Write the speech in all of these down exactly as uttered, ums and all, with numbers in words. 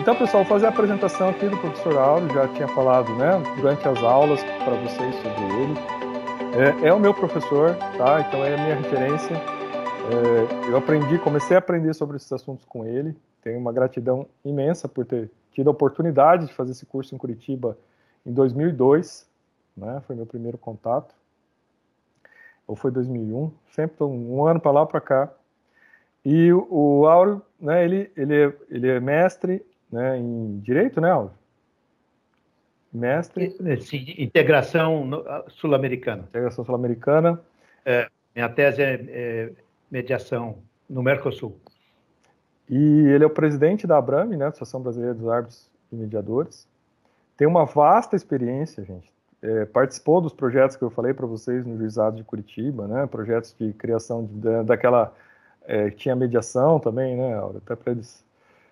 Então, pessoal, vou fazer a apresentação aqui do professor Áureo, já tinha falado, né, durante as aulas para vocês sobre ele. É, é o meu professor, tá? Então é a minha referência. É, eu aprendi, comecei a aprender sobre esses assuntos com ele. Tenho uma gratidão imensa por ter tido a oportunidade de fazer esse curso em Curitiba em dois mil e dois, né? Foi meu primeiro contato. Ou foi dois mil e um, sempre um, um ano para lá ou para cá. E o, o Áureo, né, ele, ele, é, ele é mestre, né, em Direito, né, Áureo? Mestre. Sim, integração sul-americana. Integração sul-americana. É, minha tese é, é mediação no Mercosul. E ele é o presidente da ABRAME, né, Associação Brasileira dos Árbitros e Mediadores. Tem uma vasta experiência, gente. É, participou dos projetos que eu falei para vocês no Juizado de Curitiba, né, projetos de criação de, da, daquela... É, tinha mediação também, né, Áureo? Até para eles...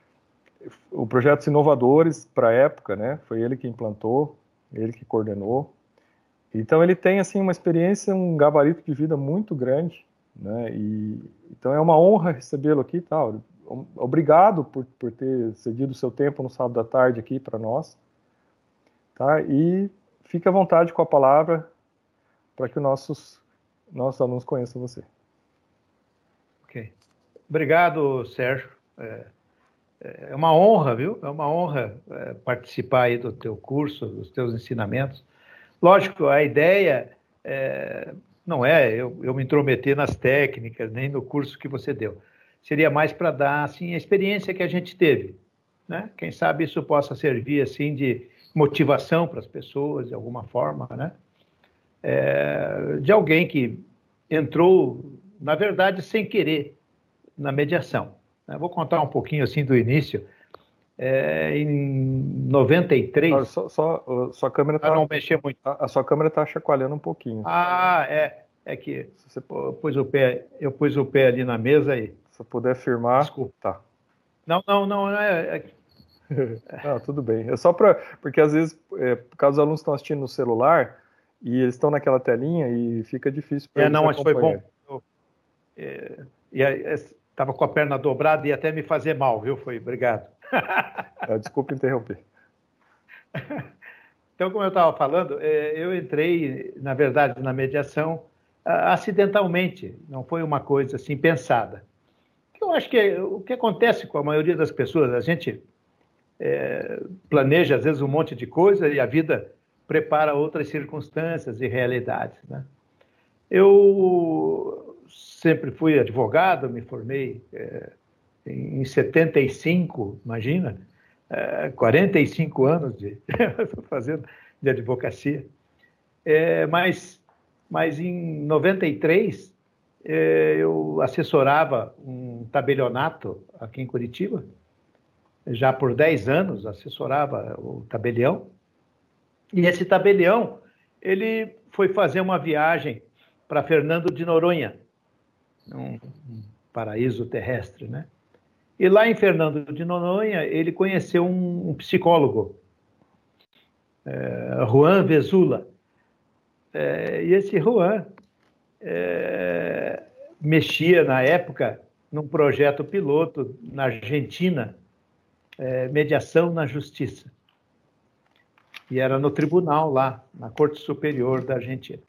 O projeto Inovadores, para a época, né, foi ele que implantou, ele que coordenou. Então, ele tem, assim, uma experiência, um gabarito de vida muito grande, né, e, então é uma honra recebê-lo aqui, tá, Áureo? Obrigado por, por ter cedido o seu tempo no sábado à tarde aqui para nós, tá, e fique à vontade com a palavra para que os nossos, nossos alunos conheçam você. Ok. Obrigado, Sérgio. É... É uma honra, viu? É uma honra é, participar aí do teu curso, dos teus ensinamentos. Lógico, a ideia é, não é eu, eu me intrometer nas técnicas, nem no curso que você deu. Seria mais para dar, assim, a experiência que a gente teve, né? Quem sabe isso possa servir, assim, de motivação para as pessoas, de alguma forma, né? É, de alguém que entrou, na verdade, sem querer, na mediação. Eu vou contar um pouquinho assim do início. É, em noventa e três... Só, só, sua câmera tá, ah, não mexer muito. A, a sua câmera está chacoalhando um pouquinho. Ah, é. É que você... eu, pus o pé, eu pus o pé ali na mesa e... Se puder firmar... Desculpa. Tá. Não, não, não. É, é... não, tudo bem. É só para... Porque às vezes, é, por causa os alunos estão assistindo no celular e eles estão naquela telinha e fica difícil para é, eles não, mas foi bom. Eu, é, e estava com a perna dobrada e ia até me fazer mal, viu? Foi, obrigado. Ah, desculpa interromper. Então, como eu estava falando, eu entrei, na verdade, na mediação acidentalmente, não foi uma coisa assim pensada. Eu acho que o que acontece com a maioria das pessoas, a gente é, planeja, às vezes, um monte de coisa e a vida prepara outras circunstâncias e realidades, né? Eu sempre fui advogado, me formei é, em setenta e cinco, imagina, é, quarenta e cinco anos de fazendo de advocacia. É, mas, mas em noventa e três, é, eu assessorava um tabelionato aqui em Curitiba, já por dez anos assessorava o tabelião, e esse tabelião, ele foi fazer uma viagem para Fernando de Noronha, um, um paraíso terrestre, né? E lá em Fernando de Noronha, ele conheceu um, um psicólogo, é, Juan Vezula. É, e esse Juan é, mexia, na época, num projeto piloto na Argentina, é, mediação na justiça. E era no tribunal lá, na Corte Superior da Argentina.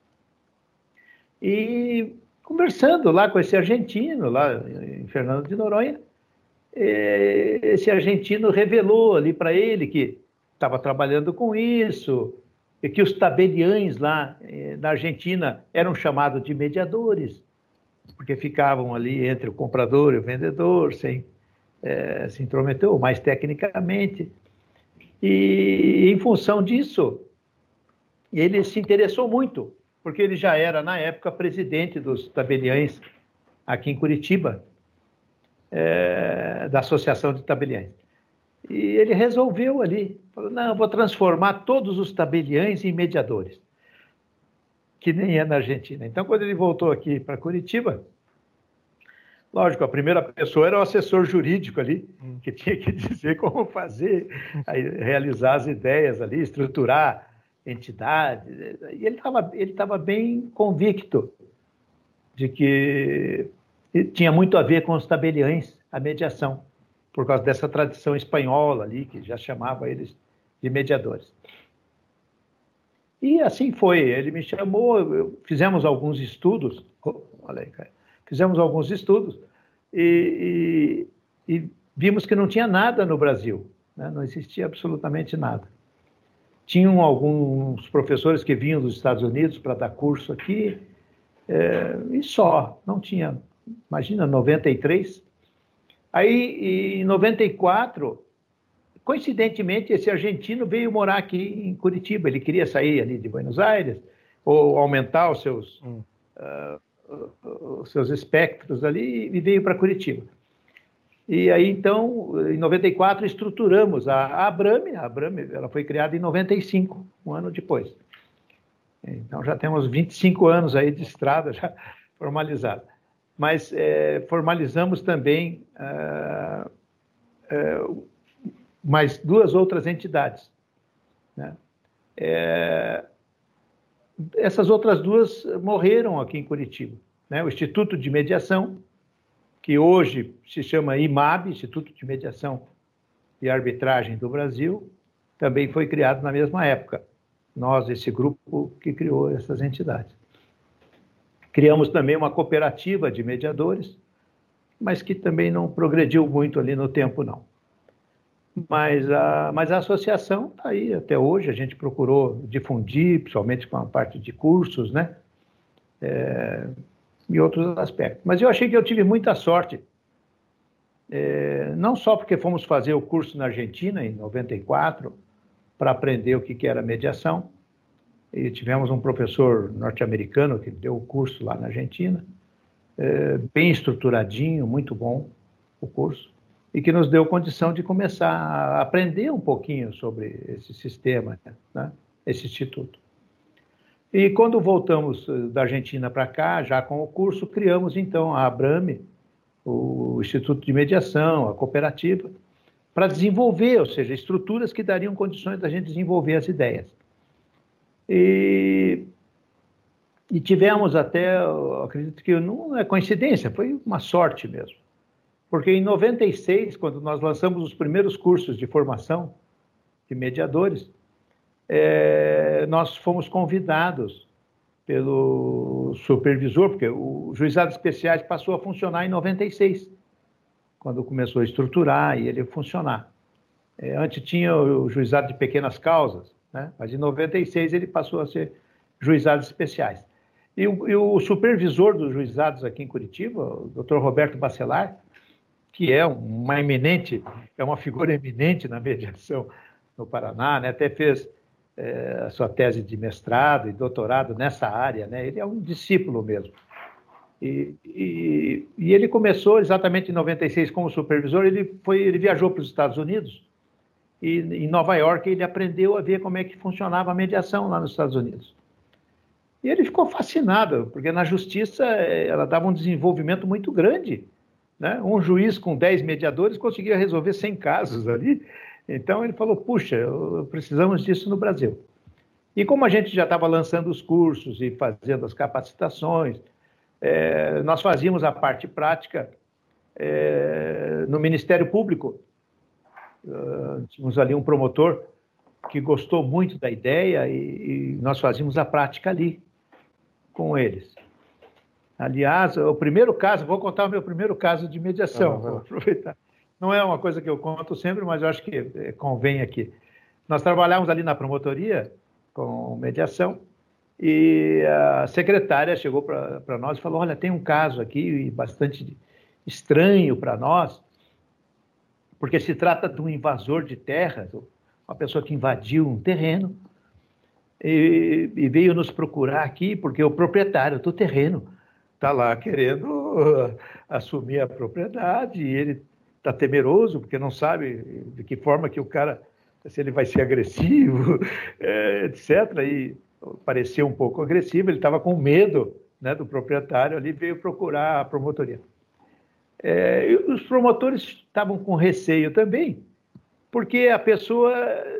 E conversando lá com esse argentino, lá em Fernando de Noronha, esse argentino revelou ali para ele que estava trabalhando com isso, e que os tabeliães lá na Argentina eram chamados de mediadores, porque ficavam ali entre o comprador e o vendedor, sem é, se intrometer, ou mais tecnicamente. E, em função disso, ele se interessou muito, porque ele já era, na época, presidente dos tabeliães aqui em Curitiba, é, da Associação de Tabeliães. E ele resolveu ali, falou, não, eu vou transformar todos os tabeliães em mediadores, que nem é na Argentina. Então, quando ele voltou aqui para Curitiba, lógico, a primeira pessoa era o assessor jurídico ali, que tinha que dizer como fazer, aí, realizar as ideias ali, estruturar entidades. E ele estava ele estava bem convicto de que tinha muito a ver com os tabeliães, a mediação, por causa dessa tradição espanhola ali, que já chamava eles de mediadores. E assim foi, ele me chamou, fizemos alguns estudos, oh, olha aí, cara, fizemos alguns estudos e, e, e vimos que não tinha nada no Brasil, né? Não existia absolutamente nada. Tinham alguns professores que vinham dos Estados Unidos para dar curso aqui, é, e só, não tinha, imagina, noventa e três. Aí, em noventa e quatro, coincidentemente, esse argentino veio morar aqui em Curitiba. Ele queria sair ali de Buenos Aires, ou aumentar os seus, hum. uh, os seus espectros ali, e veio para Curitiba. E aí, então, em noventa e quatro, estruturamos a, a Abrame. A Abrame, ela foi criada em noventa e cinco, um ano depois. Então, já temos vinte e cinco anos aí de estrada já formalizada. Mas é, formalizamos também uh, uh, mais duas outras entidades, né? É, essas outras duas morreram aqui em Curitiba, né? O Instituto de Mediação, que hoje se chama IMAB, Instituto de Mediação e Arbitragem do Brasil, também foi criado na mesma época. Nós, esse grupo que criou essas entidades. Criamos também uma cooperativa de mediadores, mas que também não progrediu muito ali no tempo, não. Mas a, mas a associação está aí até hoje, a gente procurou difundir, principalmente com a parte de cursos, né? É, e outros aspectos. Mas eu achei que eu tive muita sorte, é, não só porque fomos fazer o curso na Argentina, em noventa e quatro, para aprender o que, que era mediação, e tivemos um professor norte-americano que deu o curso lá na Argentina, é, bem estruturadinho, muito bom o curso, e que nos deu condição de começar a aprender um pouquinho sobre esse sistema, né, esse instituto. E quando voltamos da Argentina para cá, já com o curso, criamos então a Abrame, o Instituto de Mediação, a cooperativa, para desenvolver, ou seja, estruturas que dariam condições da gente desenvolver as ideias. E, e tivemos até, acredito que não é coincidência, foi uma sorte mesmo. Porque em noventa e seis, quando nós lançamos os primeiros cursos de formação de mediadores, é, nós fomos convidados pelo supervisor, porque o Juizado Especiais passou a funcionar em noventa e seis, quando começou a estruturar e ele funcionar. É, antes tinha o Juizado de Pequenas Causas, né? Mas em noventa e seis ele passou a ser Juizados Especiais. E o, e o supervisor dos juizados aqui em Curitiba, o doutor Roberto Bacelar, que é uma eminente, é uma figura eminente na mediação no Paraná, né? Até fez é, a sua tese de mestrado e doutorado nessa área, né? Ele é um discípulo mesmo. E, e, e ele começou exatamente em noventa e seis como supervisor, ele, foi, ele viajou para os Estados Unidos e em Nova York ele aprendeu a ver como é que funcionava a mediação lá nos Estados Unidos. E ele ficou fascinado, porque na justiça ela dava um desenvolvimento muito grande, né? Um juiz com dez mediadores conseguia resolver cem casos ali. Então ele falou, puxa, precisamos disso no Brasil. E como a gente já estava lançando os cursos e fazendo as capacitações, é, nós fazíamos a parte prática é, no Ministério Público. Uh, tínhamos ali um promotor que gostou muito da ideia e, e nós fazíamos a prática ali com eles. Aliás, o primeiro caso, vou contar o meu primeiro caso de mediação, ah, vou aproveitar. Não é uma coisa que eu conto sempre, mas eu acho que convém aqui. Nós trabalhávamos ali na promotoria com mediação e a secretária chegou para nós e falou, olha, tem um caso aqui bastante estranho para nós, porque se trata de um invasor de terras, uma pessoa que invadiu um terreno e, e veio nos procurar aqui porque o proprietário do terreno está lá querendo uh, assumir a propriedade e ele está temeroso porque não sabe de que forma que o cara, se ele vai ser agressivo, é, etcétera. E pareceu um pouco agressivo, ele estava com medo, né, do proprietário ali, veio procurar a promotoria. É, os promotores estavam com receio também, porque a pessoa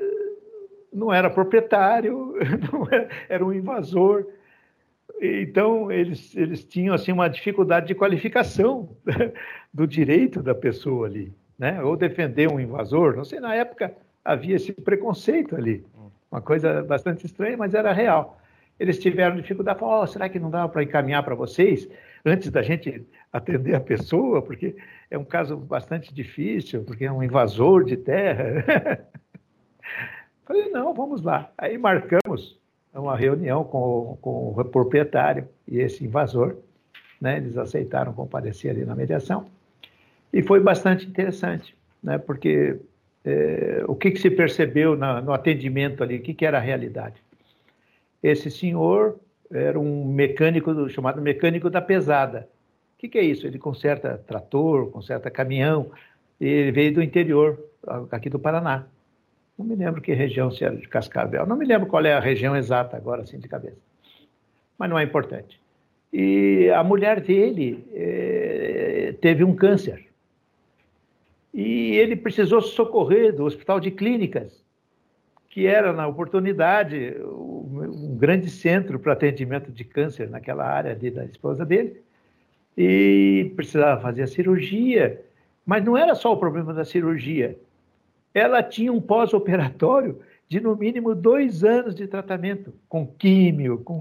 não era proprietário, não era, era um invasor. Então, eles, eles tinham assim, uma dificuldade de qualificação do direito da pessoa ali, né? Ou defender um invasor, não sei, na época havia esse preconceito ali, uma coisa bastante estranha, mas era real. Eles tiveram dificuldade, falaram, oh, será que não dá para encaminhar para vocês antes da gente atender a pessoa, porque é um caso bastante difícil, porque é um invasor de terra. Falei, não, vamos lá. Aí marcamos uma reunião com, com o proprietário e esse invasor, né? Eles aceitaram comparecer ali na mediação, e foi bastante interessante, né? Porque é, o que, que se percebeu na, no atendimento ali, o que, que era a realidade? Esse senhor era um mecânico, chamado mecânico da pesada. O que, que é isso? Ele conserta trator, conserta caminhão, e ele veio do interior, aqui do Paraná. Não me lembro que região, se era de Cascavel, não me lembro qual é a região exata agora, assim, de cabeça. Mas não é importante. E a mulher dele é, teve um câncer. E ele precisou se socorrer do Hospital de Clínicas, que era, na oportunidade, um grande centro para atendimento de câncer naquela área ali da esposa dele. E precisava fazer a cirurgia. Mas não era só o problema da cirurgia. Ela tinha um pós-operatório de, no mínimo, dois anos de tratamento, com químio, com...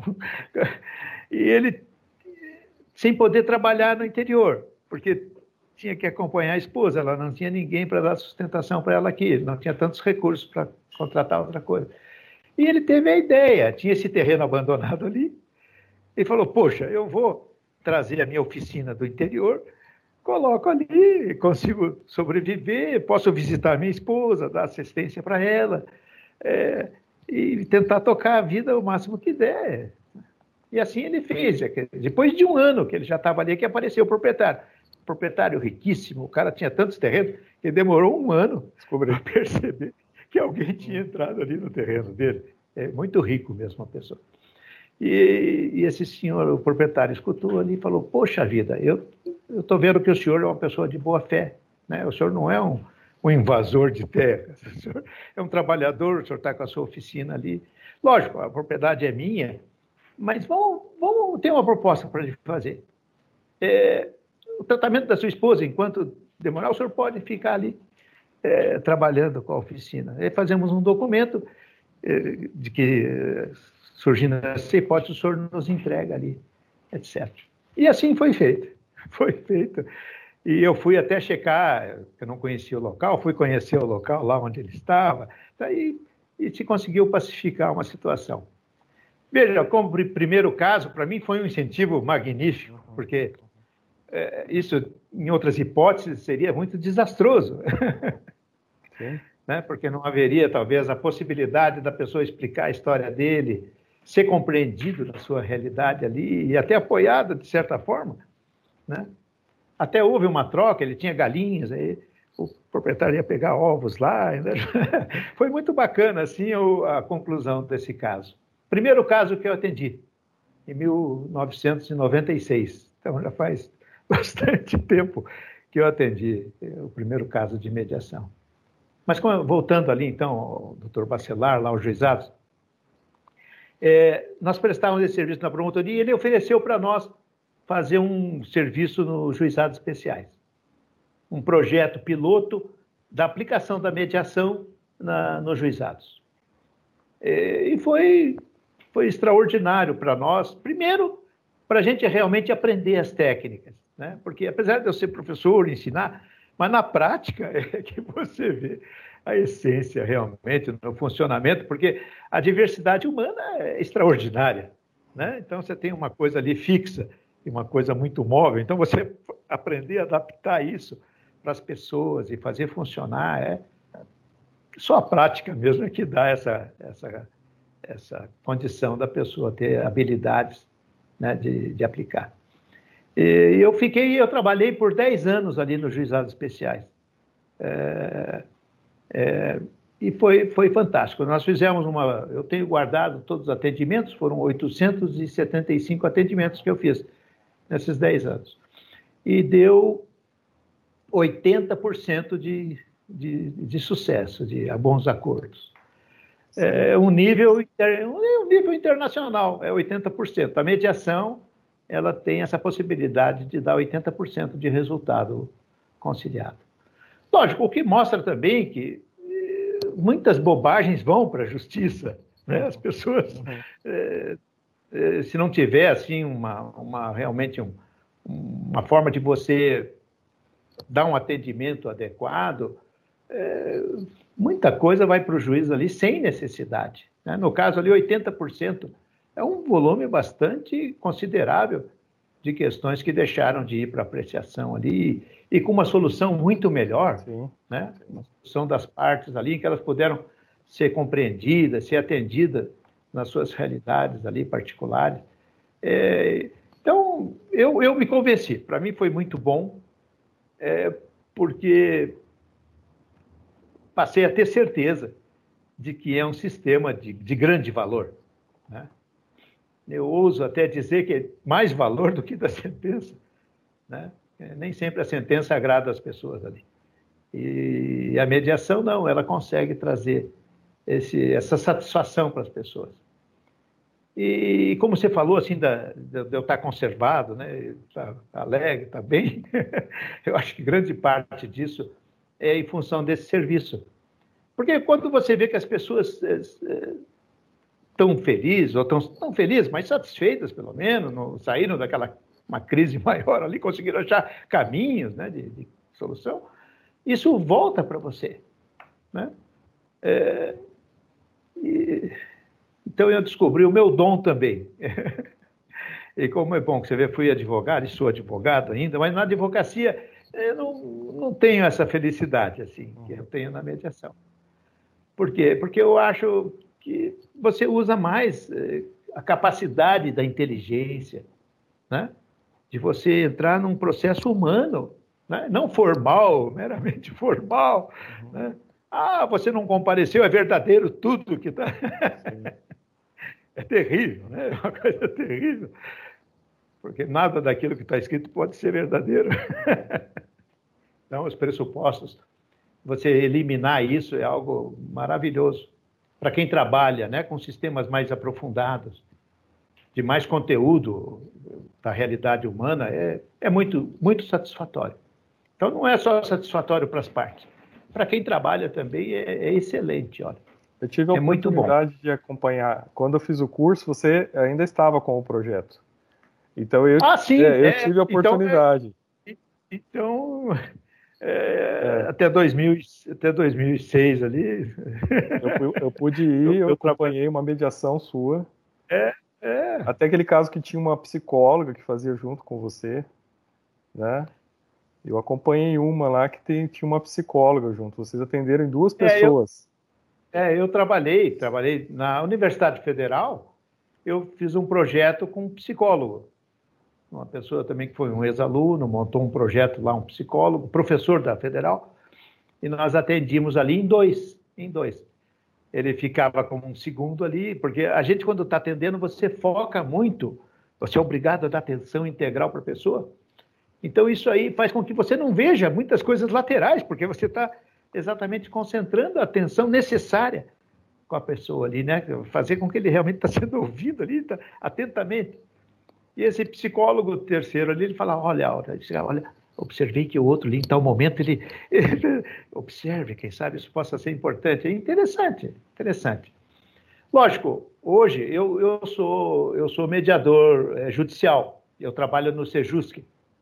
e ele sem poder trabalhar no interior, porque tinha que acompanhar a esposa, ela não tinha ninguém para dar sustentação para ela aqui, não tinha tantos recursos para contratar outra coisa. E ele teve a ideia, tinha esse terreno abandonado ali, e falou, poxa, eu vou trazer a minha oficina do interior, coloco ali, consigo sobreviver, posso visitar minha esposa, dar assistência para ela, é, e tentar tocar a vida o máximo que der. E assim ele fez. Depois de um ano que ele já estava ali, que apareceu o proprietário. O proprietário riquíssimo, o cara tinha tantos terrenos, que demorou um ano para perceber que alguém tinha entrado ali no terreno dele. É muito rico mesmo a pessoa. E, e esse senhor, o proprietário, escutou ali e falou, poxa vida, eu estou vendo que o senhor é uma pessoa de boa fé, né? O senhor não é um, um invasor de terras, o senhor é um trabalhador, o senhor está com a sua oficina ali. Lógico, a propriedade é minha, mas vamos, vamos ter uma proposta para ele fazer. É, o tratamento da sua esposa, enquanto demorar, o senhor pode ficar ali é, trabalhando com a oficina. Aí fazemos um documento é, de que, surgindo essa hipótese, o senhor nos entrega ali, etcétera. E assim foi feito. Foi feito. E eu fui até checar, eu não conhecia o local, fui conhecer o local lá onde ele estava, daí, e se conseguiu pacificar uma situação. Veja, como primeiro caso, para mim foi um incentivo magnífico, porque é, isso, em outras hipóteses, seria muito desastroso. Sim. Né? Porque não haveria, talvez, a possibilidade da pessoa explicar a história dele, ser compreendido na sua realidade ali e até apoiado, de certa forma. Né? Até houve uma troca, ele tinha galinhas, aí o proprietário ia pegar ovos lá. Né? Foi muito bacana, assim, a conclusão desse caso. Primeiro caso que eu atendi, em mil novecentos e noventa e seis. Então, já faz bastante tempo que eu atendi o primeiro caso de mediação. Mas, voltando ali, então, ao doutor Bacelar, lá aos juizados, é, nós prestávamos esse serviço na promotoria e ele ofereceu para nós fazer um serviço nos juizados especiais. Um projeto piloto da aplicação da mediação na, nos juizados. É, e foi... Foi extraordinário para nós, primeiro, para a gente realmente aprender as técnicas, né? Porque apesar de eu ser professor, ensinar, mas na prática é que você vê a essência realmente no funcionamento, porque a diversidade humana é extraordinária, né? Então você tem uma coisa ali fixa e uma coisa muito móvel, então você aprender a adaptar isso para as pessoas e fazer funcionar, é só a prática mesmo é que dá essa... essa essa condição da pessoa ter habilidades, né, de, de aplicar. E eu fiquei, eu trabalhei por dez anos ali nos juizados especiais. É, é, e foi, foi fantástico. Nós fizemos uma... Eu tenho guardado todos os atendimentos, foram oitocentos e setenta e cinco atendimentos que eu fiz nesses dez anos. E deu oitenta por cento de, de, de sucesso, de bons acordos. É um nível, um nível internacional, é oitenta por cento. A mediação, ela tem essa possibilidade de dar oitenta por cento de resultado conciliado. Lógico, o que mostra também que muitas bobagens vão para a justiça, né? As pessoas, uhum. é, é, se não tiver assim uma, uma realmente um, uma forma de você dar um atendimento adequado, é, muita coisa vai para o juiz ali sem necessidade, né? No caso ali, oitenta por cento é um volume bastante considerável de questões que deixaram de ir para apreciação ali, e com uma solução muito melhor, sim, né? Uma solução das partes ali, em que elas puderam ser compreendidas, ser atendidas nas suas realidades ali particulares. É, então, eu, eu me convenci. Para mim foi muito bom, é, porque passei a ter certeza de que é um sistema de, de grande valor, né? Eu ouso até dizer que é mais valor do que da sentença, né? Nem sempre a sentença agrada as pessoas ali. E a mediação, não, ela consegue trazer esse, essa satisfação para as pessoas. E como você falou, assim, da, de, de eu estar conservado, né? Tá, tá alegre, está bem, eu acho que grande parte disso é em função desse serviço. Porque quando você vê que as pessoas estão felizes, ou estão tão felizes, mas satisfeitas, pelo menos, no, saíram daquela uma crise maior ali, conseguiram achar caminhos, né, de, de solução, isso volta para você, né? É, e, então, eu descobri o meu dom também. E como é bom que você vê, fui advogado, e sou advogado ainda, mas na advocacia eu não, não tenho essa felicidade assim, que eu tenho na mediação. Por quê? Porque eu acho que você usa mais a capacidade da inteligência, né? De você entrar num processo humano, né? Não formal, meramente formal, uhum. Né? Ah, você não compareceu, é verdadeiro tudo que está... É terrível, né? É uma coisa terrível, porque nada daquilo que está escrito pode ser verdadeiro. Então, os pressupostos, você eliminar isso é algo maravilhoso para quem trabalha, né, com sistemas mais aprofundados, de mais conteúdo da realidade humana, é, é muito, muito satisfatório. Então, não é só satisfatório para as partes. Para quem trabalha também é, é excelente, olha. Eu tive a é oportunidade de acompanhar. Quando eu fiz o curso, você ainda estava com o projeto. Então, eu, ah, sim, é, eu é, tive a oportunidade. Então, é, então é, é. Até, dois mil, até dois mil e seis ali... Eu, eu pude ir, eu, eu, eu acompanhei trabalho. Uma mediação sua. É, é. Até aquele caso que tinha uma psicóloga que fazia junto com você, né? Eu acompanhei uma lá que tem, tinha uma psicóloga junto. Vocês atenderam em duas pessoas. É, eu, é, eu trabalhei, trabalhei na Universidade Federal, eu fiz um projeto com um psicólogo. Uma pessoa também que foi um ex-aluno, montou um projeto lá, um psicólogo, professor da Federal, e nós atendimos ali em dois, em dois. Ele ficava como um segundo ali, porque a gente, quando está atendendo, você foca muito, você é obrigado a dar atenção integral para a pessoa. Então, isso aí faz com que você não veja muitas coisas laterais, porque você está exatamente concentrando a atenção necessária com a pessoa ali, né? Fazer com que ele realmente está sendo ouvido ali, tá, atentamente. E esse psicólogo terceiro ali, ele fala, olha, olha, olha, observei que o outro ali, em tal momento, ele, ele observe, quem sabe isso possa ser importante. É interessante, interessante. Lógico, hoje eu, eu, sou, eu sou mediador é, judicial, eu trabalho no Sejusc.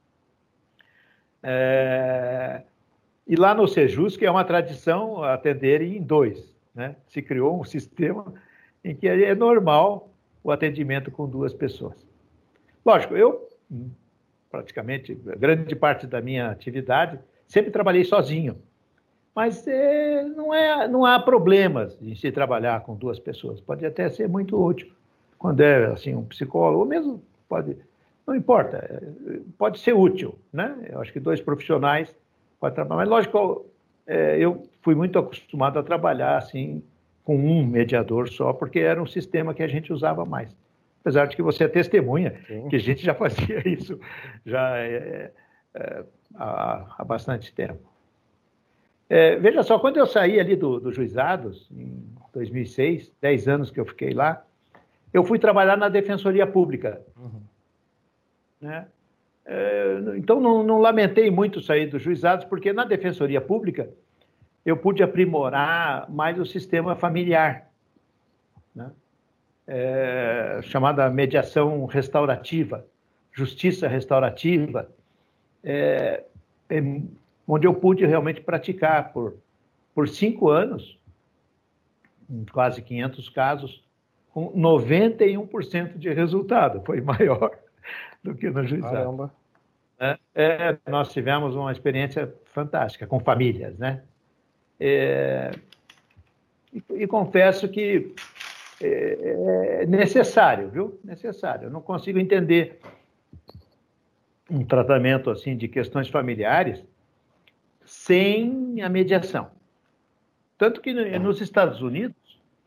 É, e lá no Sejusc é uma tradição atender em dois, né? Se criou um sistema em que é normal o atendimento com duas pessoas. Lógico, eu, praticamente, grande parte da minha atividade, sempre trabalhei sozinho. Mas é, não, é, não há problemas em se trabalhar com duas pessoas. Pode até ser muito útil. Quando é assim, um psicólogo, ou mesmo pode... Não importa, pode ser útil, né? Eu acho que dois profissionais podem trabalhar. Mas, lógico, é, eu fui muito acostumado a trabalhar assim, com um mediador só, porque era um sistema que a gente usava mais. Apesar de que você é testemunha, Sim. que a gente já fazia isso já é, é, há, há bastante tempo. É, veja só, quando eu saí ali do, do Juizados, em dois mil e seis, dez anos que eu fiquei lá, eu fui trabalhar na Defensoria Pública. Uhum. Né? É, então, não, não lamentei muito sair dos juizados, porque na Defensoria Pública eu pude aprimorar mais o sistema familiar, né? É, chamada mediação restaurativa, justiça restaurativa, é, é, onde eu pude realmente praticar por, por cinco anos, em quase quinhentos casos, com noventa e um por cento de resultado. Foi maior do que no juizado. Caramba. É, é, nós tivemos uma experiência fantástica com famílias, né? É, e, e confesso que é, é necessário, viu? Necessário. Eu não consigo entender um tratamento assim de questões familiares sem a mediação. Tanto que nos Estados Unidos,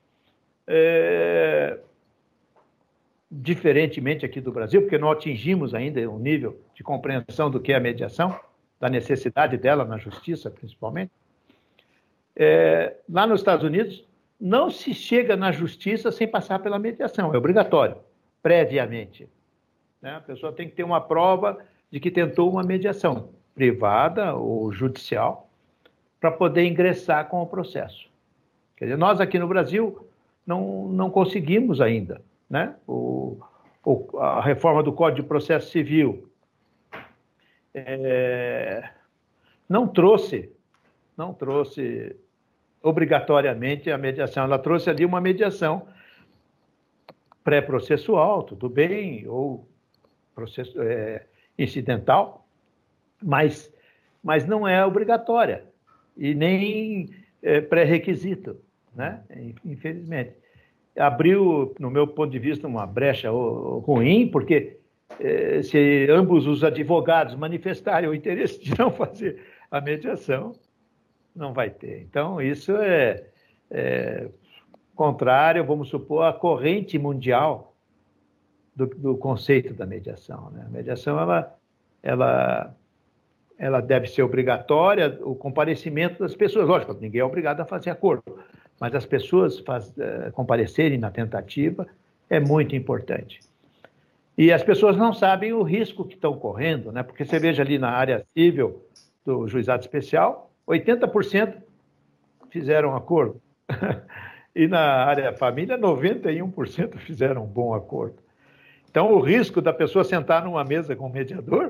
é, diferentemente aqui do Brasil, porque não atingimos ainda um nível de compreensão do que é a mediação, da necessidade dela na justiça, principalmente, é, lá nos Estados Unidos, não se chega na justiça sem passar pela mediação, é obrigatório, previamente, né? A pessoa tem que ter uma prova de que tentou uma mediação privada ou judicial para poder ingressar com o processo. Quer dizer, nós aqui no Brasil não, não conseguimos ainda, né? O, o, a reforma do Código de Processo Civil é, não trouxe, não trouxe obrigatoriamente a mediação. Ela trouxe ali uma mediação pré-processual, tudo bem, ou processo, é, incidental, mas, mas não é obrigatória e nem é, pré-requisito, né? Infelizmente. Abriu, no meu ponto de vista, uma brecha ruim, porque eh, se ambos os advogados manifestarem o interesse de não fazer a mediação, não vai ter. Então, isso é, é contrário, vamos supor, à corrente mundial do, do conceito da mediação, né? A mediação, ela, ela, ela deve ser obrigatória, o comparecimento das pessoas. Lógico, ninguém é obrigado a fazer acordo, mas as pessoas faz, uh, comparecerem na tentativa é muito importante. E as pessoas não sabem o risco que estão correndo, né? Porque você veja ali na área civil do juizado especial, oitenta por cento fizeram acordo. E na área família, noventa e um por cento fizeram um bom acordo. Então, o risco da pessoa sentar numa mesa com o mediador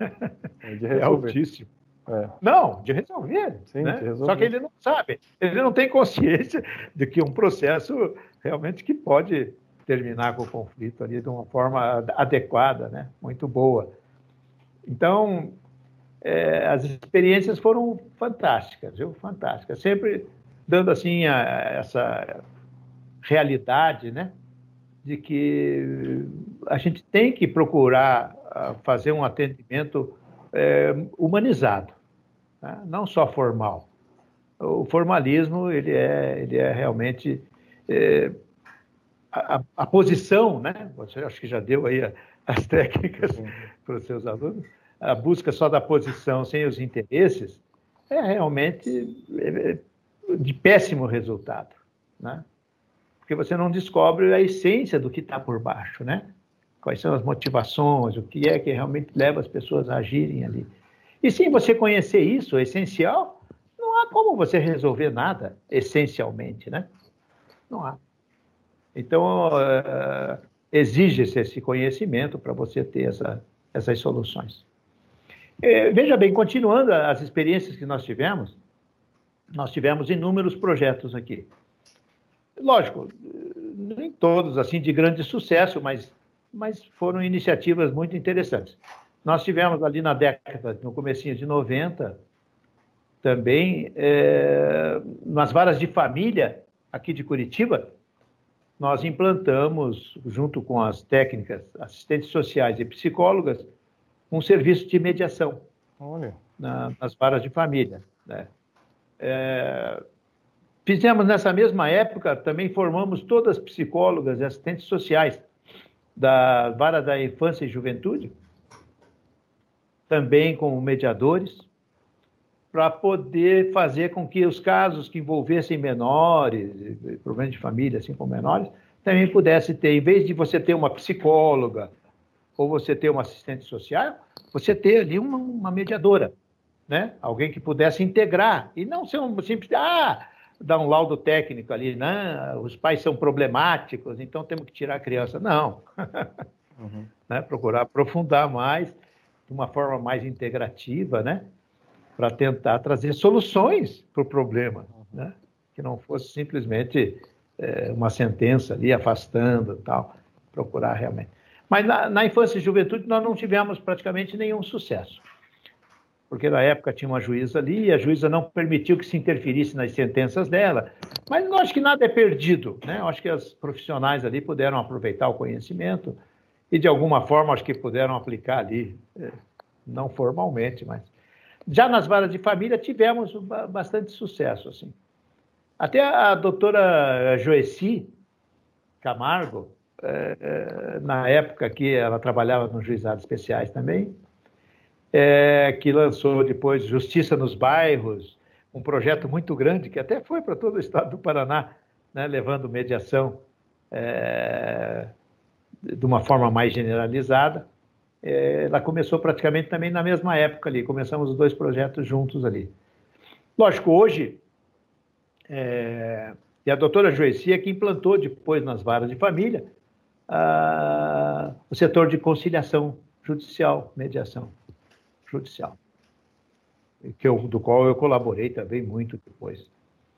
é, é altíssimo. É. Não, de resolver, Sim, né? de resolver. Só que ele não sabe, ele não tem consciência de que um processo realmente que pode terminar com o conflito ali de uma forma adequada, né? Muito boa. Então, é, as experiências foram fantásticas, viu? Fantásticas. Sempre dando assim a, essa realidade, né? De que a gente tem que procurar fazer um atendimento é, humanizado, né? Não só formal. O formalismo, ele é, ele é realmente é, a, a posição, né? Você acho que já deu aí a, as técnicas para os seus alunos. A busca só da posição sem os interesses é realmente de péssimo resultado, né? Porque você não descobre a essência do que está por baixo, né? Quais são as motivações, o que é que realmente leva as pessoas a agirem ali. E sem você conhecer isso, o essencial, não há como você resolver nada, essencialmente, né? Não há. Então, uh, exige-se esse conhecimento para você ter essa, essas soluções. Eh, veja bem, continuando as experiências que nós tivemos, nós tivemos inúmeros projetos aqui. Lógico, nem todos assim de grande sucesso, mas, mas foram iniciativas muito interessantes. Nós tivemos ali na década, no comecinho de noventa, também, é, nas varas de família aqui de Curitiba, nós implantamos, junto com as técnicas, assistentes sociais e psicólogas, um serviço de mediação. Olha. Na, nas varas de família, né? É, fizemos nessa mesma época, também formamos todas as psicólogas e assistentes sociais da vara da infância e juventude, também como mediadores, para poder fazer com que os casos que envolvessem menores, problemas de família, assim como menores, também pudesse ter, em vez de você ter uma psicóloga, ou você ter uma assistente social, você ter ali uma, uma mediadora, né? Alguém que pudesse integrar, e não ser um simples, ah, dar um laudo técnico ali, não, os pais são problemáticos, então temos que tirar a criança. Não. Uhum. Né? Procurar aprofundar mais, de uma forma mais integrativa, né? Para tentar trazer soluções para o problema, uhum. Né? Que não fosse simplesmente é, uma sentença ali, afastando e tal, procurar realmente. Mas na, na infância e juventude nós não tivemos praticamente nenhum sucesso. Porque na época tinha uma juíza ali e a juíza não permitiu que se interferisse nas sentenças dela. Mas eu acho que nada é perdido, né? Eu acho que as profissionais ali puderam aproveitar o conhecimento e, de alguma forma, acho que puderam aplicar ali, não formalmente, mas... Já nas varas de família tivemos bastante sucesso, assim. Até a doutora Joeci Camargo, na época que ela trabalhava nos juizados especiais também, É, que lançou depois Justiça nos Bairros, um projeto muito grande, que até foi para todo o estado do Paraná, né, levando mediação é, de uma forma mais generalizada. É, ela começou praticamente também na mesma época ali, começamos os dois projetos juntos ali. Lógico, hoje, é, e a doutora Joeci é que implantou depois nas varas de família a, o setor de conciliação judicial, mediação judicial, que eu, do qual eu colaborei também muito depois.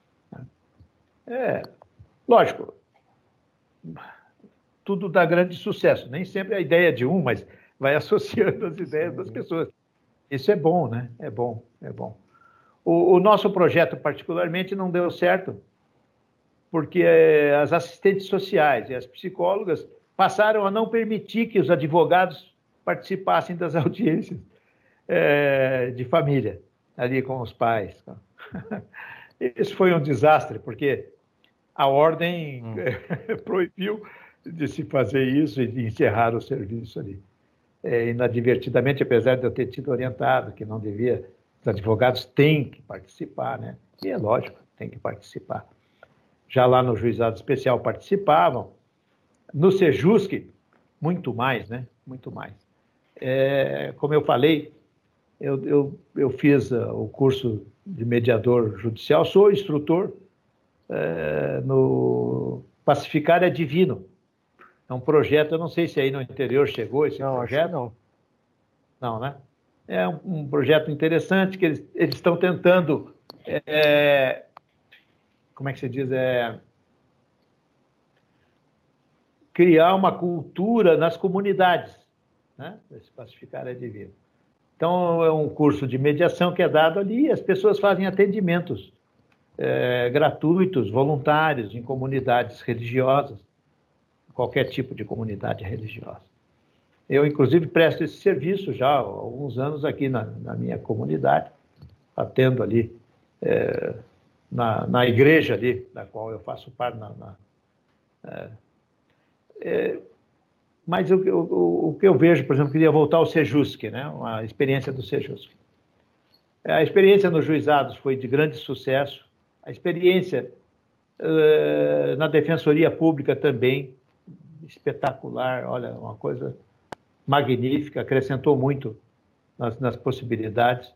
É, lógico, tudo dá grande sucesso, nem sempre a ideia de um, mas vai associando as ideias das pessoas. Isso é bom, né? É bom, é bom. O, o nosso projeto, particularmente, não deu certo, porque é, as assistentes sociais e as psicólogas passaram a não permitir que os advogados participassem das audiências É, de família, ali com os pais. Isso foi um desastre, porque a ordem hum. proibiu de se fazer isso e de encerrar o serviço ali. É, inadvertidamente, apesar de eu ter tido orientado que não devia, os advogados têm que participar, né? E é lógico, tem que participar. Já lá no juizado especial participavam, no Sejusc, muito mais, né? Muito mais. É, como eu falei, Eu, eu, eu fiz uh, o curso de mediador judicial, sou instrutor uh, no Pacificar é Divino. É um projeto, eu não sei se aí no interior chegou esse não, projeto. Acho que não. Não, né? É um, um projeto interessante que eles, eles estão tentando, é, como é que se diz, é, criar uma cultura nas comunidades, né? Esse Pacificar é Divino. Então, é um curso de mediação que é dado ali e as pessoas fazem atendimentos é, gratuitos, voluntários, em comunidades religiosas, qualquer tipo de comunidade religiosa. Eu, inclusive, presto esse serviço já há alguns anos aqui na, na minha comunidade, atendo ali é, na, na igreja ali, da qual eu faço parte. Na, na, é, é, Mas o, o, o que eu vejo, por exemplo, queria voltar ao Sejusc, né? A experiência do Sejusc. A experiência nos juizados foi de grande sucesso. A experiência uh, na Defensoria Pública também, espetacular, olha, uma coisa magnífica, acrescentou muito nas, nas possibilidades.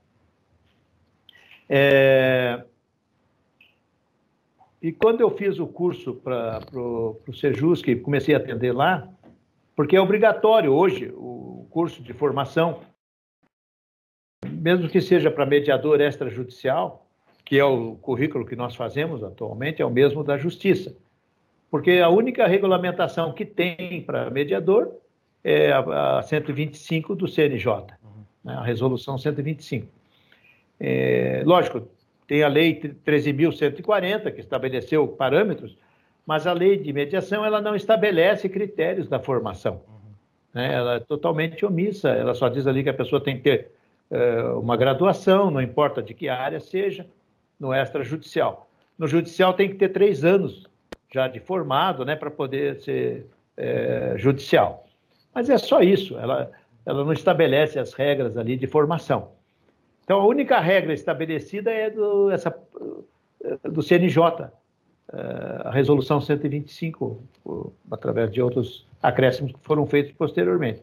É... E quando eu fiz o curso para o Sejusc, comecei a atender lá, porque é obrigatório hoje o curso de formação, mesmo que seja para mediador extrajudicial, que é o currículo que nós fazemos atualmente, é o mesmo da Justiça. Porque a única regulamentação que tem para mediador é a, a cento e vinte e cinco do C N J, uhum. Né, a resolução cento e vinte e cinco. É, lógico, tem a lei treze mil cento e quarenta, que estabeleceu parâmetros, mas a lei de mediação ela não estabelece critérios da formação. Uhum. Né? Ela é totalmente omissa, ela só diz ali que a pessoa tem que ter uh, uma graduação, não importa de que área seja, no extrajudicial. No judicial tem que ter três anos já de formado, né, para poder ser uh, judicial. Mas é só isso, ela, ela não estabelece as regras ali de formação. Então, a única regra estabelecida é do, essa, do C N J, a resolução cento e vinte e cinco, através de outros acréscimos que foram feitos posteriormente.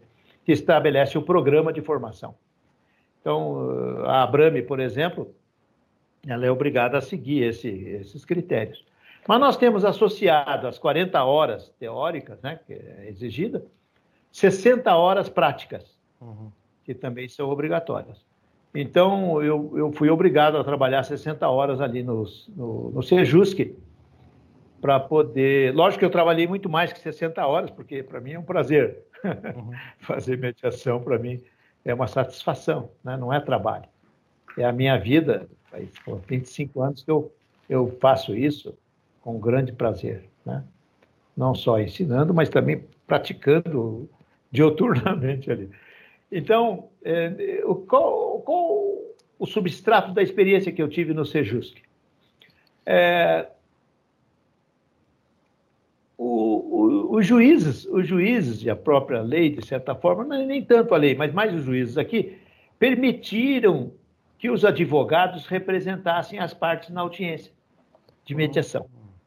que estabelece o programa de formação. Então, a Abrame, por exemplo, ela é obrigada a seguir esse, esses critérios. Mas nós temos associado às quarenta horas teóricas, né, que é exigida, sessenta horas práticas, uhum. que também são obrigatórias. Então, eu, eu fui obrigado a trabalhar sessenta horas ali no, no, no Sejusc, para poder... Lógico que eu trabalhei muito mais que sessenta horas, porque para mim é um prazer. Uhum. Fazer mediação, para mim, é uma satisfação, né? Não é trabalho. É a minha vida, faz vinte e cinco anos que eu, eu faço isso com grande prazer, né? Não só ensinando, mas também praticando dioturnamente ali. Então, é, qual, qual o substrato da experiência que eu tive no Sejusc? É, o, o, os juízes, os juízes e a própria lei, de certa forma, não é nem tanto a lei, mas mais os juízes aqui, permitiram que os advogados representassem as partes na audiência de mediação.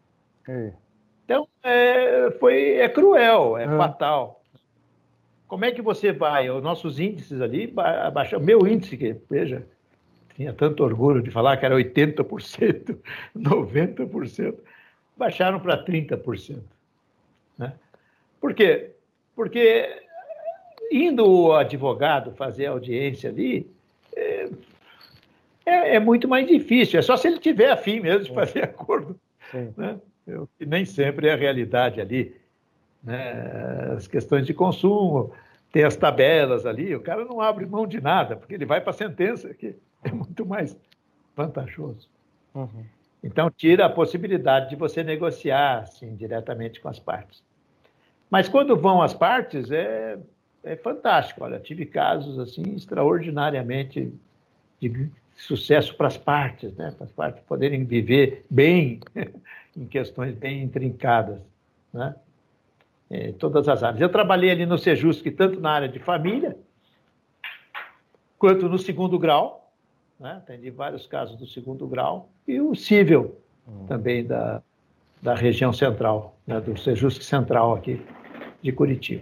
Então, é, foi, é cruel, é, é fatal. Como é que você vai? Os nossos índices ali abaixam. Meu índice, que, veja, tinha tanto orgulho de falar que era oitenta por cento, noventa por cento, baixaram para trinta por cento. Né? Por quê? Porque indo o advogado fazer a audiência ali, é, é, é muito mais difícil. É só se ele tiver afim mesmo de fazer acordo. Né? Eu, que nem sempre é a realidade ali. Né? As questões de consumo, tem as tabelas ali, o cara não abre mão de nada, porque ele vai para a sentença, que é muito mais vantajoso. Uhum. Então, tira a possibilidade de você negociar assim, diretamente com as partes. Mas quando vão as partes, é, é fantástico. Olha, tive casos assim, extraordinariamente de sucesso para as partes, né? Para as partes poderem viver bem em questões bem intrincadas, né? É, todas as áreas. Eu trabalhei ali no Sejusc, tanto na área de família, quanto no segundo grau, né? Atendi vários casos do segundo grau, e o cível hum. também da, da região central, né? Do Sejusc Central aqui de Curitiba.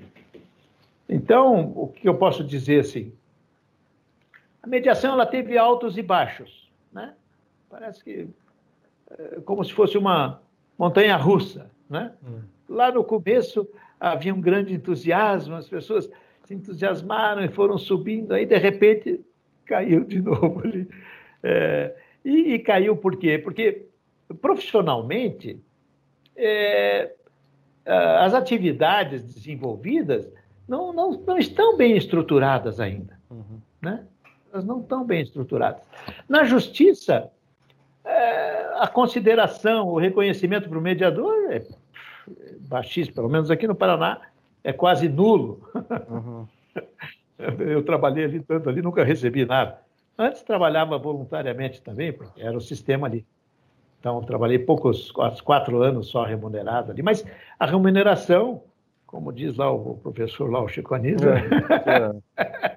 Então, o que eu posso dizer assim? A mediação ela teve altos e baixos, né? Parece que é, como se fosse uma montanha-russa, né? Hum. Lá no começo havia um grande entusiasmo, as pessoas se entusiasmaram e foram subindo, aí de repente caiu de novo ali. É, e, e caiu por quê? Porque profissionalmente é, as atividades desenvolvidas não, não, não estão bem estruturadas ainda, uhum. né? Elas não estão bem estruturadas. Na justiça, é, a consideração, o reconhecimento para o mediador é baixíssimo, pelo menos aqui no Paraná, é quase nulo. Uhum. Eu trabalhei ali tanto ali, nunca recebi nada. Antes trabalhava voluntariamente também, porque era o sistema ali. Então, trabalhei poucos, quatro anos só remunerado ali, mas a remuneração, como diz lá o professor lá, o Chico Anísio, é, é.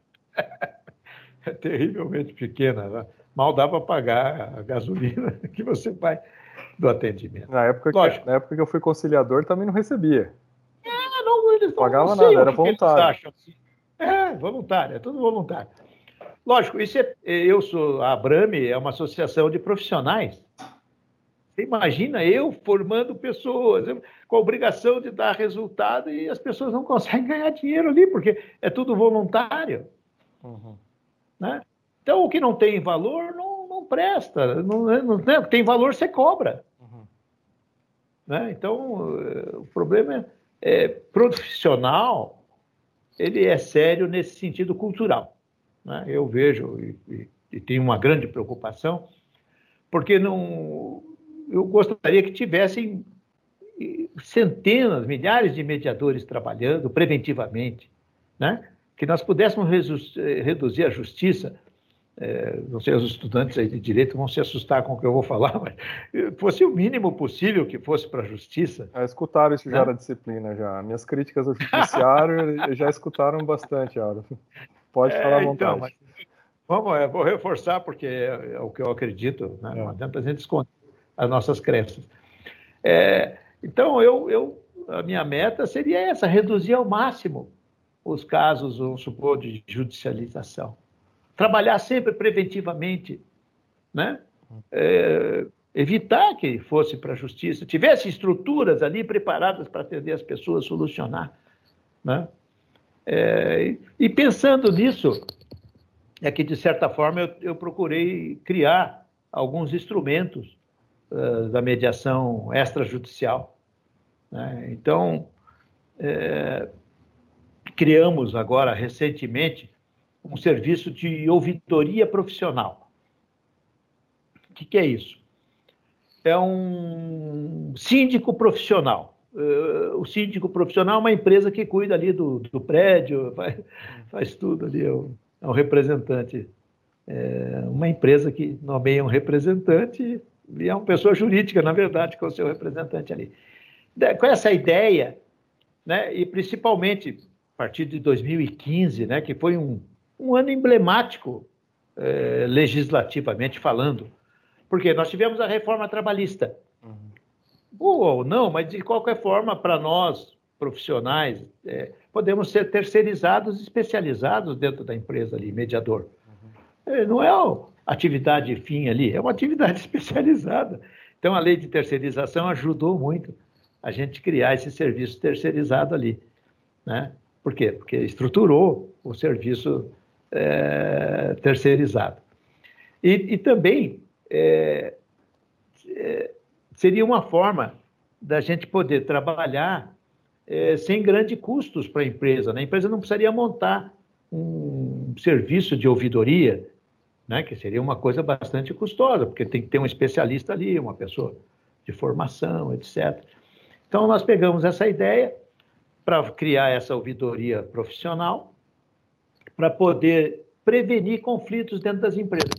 é terrivelmente pequena. Né? Mal dá para pagar a gasolina que você vai do atendimento. Na época, que, na época que eu fui conciliador, também não recebia. É, não, eles não, pagava não nada, era voluntário. Assim. É, voluntário, é tudo voluntário. Lógico, isso é, eu sou, a Abrame é uma associação de profissionais. Você imagina eu formando pessoas, eu, com a obrigação de dar resultado e as pessoas não conseguem ganhar dinheiro ali, porque é tudo voluntário. Uhum. Né? Então, o que não tem valor não, não presta. Não, não, não, tem valor, você cobra. Uhum. Né? Então, o problema é, é profissional, ele é sério nesse sentido cultural. Né? Eu vejo e, e, e tenho uma grande preocupação, porque não, eu gostaria que tivessem centenas, milhares de mediadores trabalhando preventivamente, né? Que nós pudéssemos reduzir a justiça. É, não sei, os estudantes aí de direito vão se assustar com o que eu vou falar, mas fosse o mínimo possível que fosse para a justiça. É, escutaram isso já, né? Na disciplina, já. Minhas críticas ao judiciário já escutaram bastante, Auro. Pode é, falar à vontade. Então, mas, vamos, eu vou reforçar, porque é, é o que eu acredito, né? É. Não adianta a gente esconder as nossas crenças. É, então, eu, eu, a minha meta seria essa, reduzir ao máximo os casos, vamos supor, de judicialização. Trabalhar sempre preventivamente, né? É, evitar que fosse para a justiça, tivesse estruturas ali preparadas para atender as pessoas, solucionar, né? É, e pensando nisso, é que, de certa forma, eu, eu procurei criar alguns instrumentos uh, da mediação extrajudicial, né? Então, é, criamos agora, recentemente, um serviço de ouvidoria profissional. O que, que é isso? É um síndico profissional. Uh, o síndico profissional é uma empresa que cuida ali do, do prédio, faz, faz tudo ali, é um, é um representante, é uma empresa que nomeia um representante e é uma pessoa jurídica, na verdade, que é o seu representante ali. Com essa ideia, né, e principalmente a partir de dois mil e quinze, né, que foi um, um ano emblemático, é, legislativamente falando, porque nós tivemos a reforma trabalhista. Uhum. Boa ou não, mas de qualquer forma, para nós, profissionais, é, podemos ser terceirizados, especializados dentro da empresa ali, mediador. Uhum. É, não é uma atividade fim ali, é uma atividade especializada. Então, a lei de terceirização ajudou muito a gente criar esse serviço terceirizado ali, né? Por quê? Porque estruturou o serviço é, terceirizado. E, e também é, é, seria uma forma da gente poder trabalhar é, sem grandes custos para a empresa, né? A empresa não precisaria montar um serviço de ouvidoria, né? Que seria uma coisa bastante custosa, porque tem que ter um especialista ali, uma pessoa de formação, etcétera. Então, nós pegamos essa ideia para criar essa ouvidoria profissional, para poder prevenir conflitos dentro das empresas,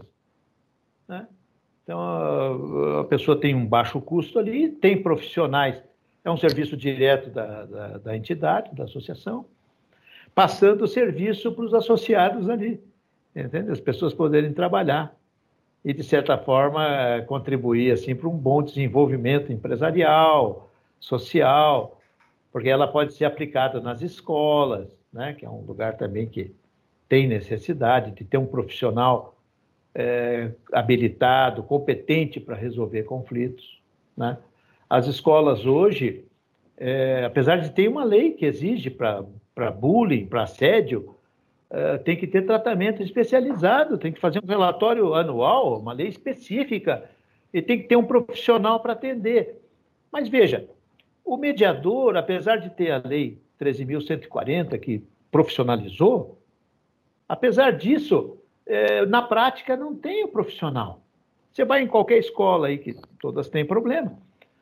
né? Então, a, a pessoa tem um baixo custo ali, tem profissionais, é um serviço direto da, da, da entidade, da associação, passando o serviço para os associados ali, entende? As pessoas poderem trabalhar e, de certa forma, contribuir assim, para um bom desenvolvimento empresarial, social, porque ela pode ser aplicada nas escolas, né, que é um lugar também que tem necessidade de ter um profissional é, habilitado, competente para resolver conflitos, né? As escolas hoje, é, apesar de ter uma lei que exige para para bullying, para assédio, é, tem que ter tratamento especializado, tem que fazer um relatório anual, uma lei específica, e tem que ter um profissional para atender. Mas veja, o mediador, apesar de ter a lei treze mil cento e quarenta, que profissionalizou, apesar disso, é, na prática não tem o profissional. Você vai em qualquer escola aí, que todas têm problema,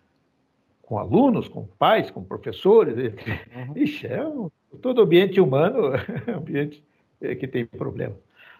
com alunos, com pais, com professores. Uhum. Ixi, é um, todo ambiente humano é um ambiente que tem problema.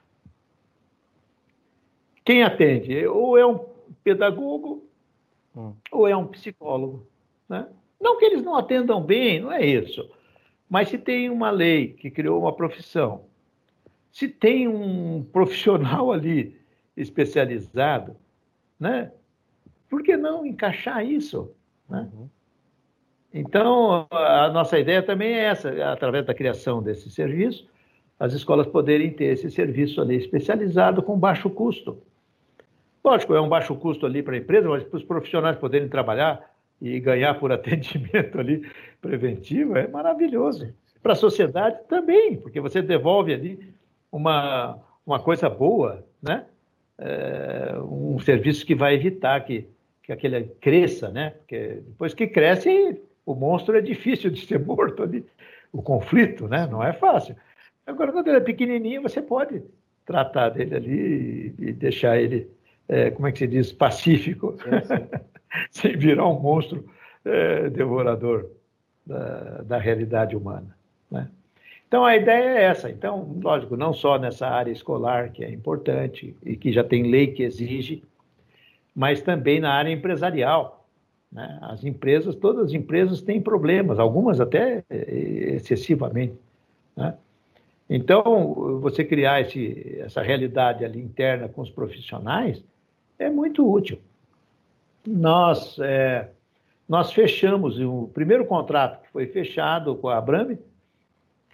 Quem atende? Ou é um pedagogo, uhum, ou é um psicólogo, né? Não que eles não atendam bem, não é isso. Mas se tem uma lei que criou uma profissão, se tem um profissional ali especializado, né? Por que não encaixar isso, né? Uhum. Então, a nossa ideia também é essa, através da criação desse serviço, as escolas poderem ter esse serviço ali especializado com baixo custo. Lógico, é um baixo custo ali para a empresa, mas para os profissionais poderem trabalhar e ganhar por atendimento ali preventivo, é maravilhoso. Para a sociedade também, porque você devolve ali uma, uma coisa boa, né? É, um serviço que vai evitar que, que aquele cresça, né? Porque depois que cresce, o monstro é difícil de ser morto ali. O conflito, né? Não é fácil. Agora, quando ele é pequenininho, você pode tratar dele ali e deixar ele, é, como é que se diz, pacífico. Sim, sim. Sem virar um monstro é, devorador da, da realidade humana, né? Então, a ideia é essa. Então, lógico, não só nessa área escolar, que é importante e que já tem lei que exige, mas também na área empresarial, né? As empresas, todas as empresas têm problemas, algumas até excessivamente, né? Então, você criar esse, essa realidade ali interna com os profissionais é muito útil. Nós, é, nós fechamos o primeiro contrato que foi fechado com a Abrame,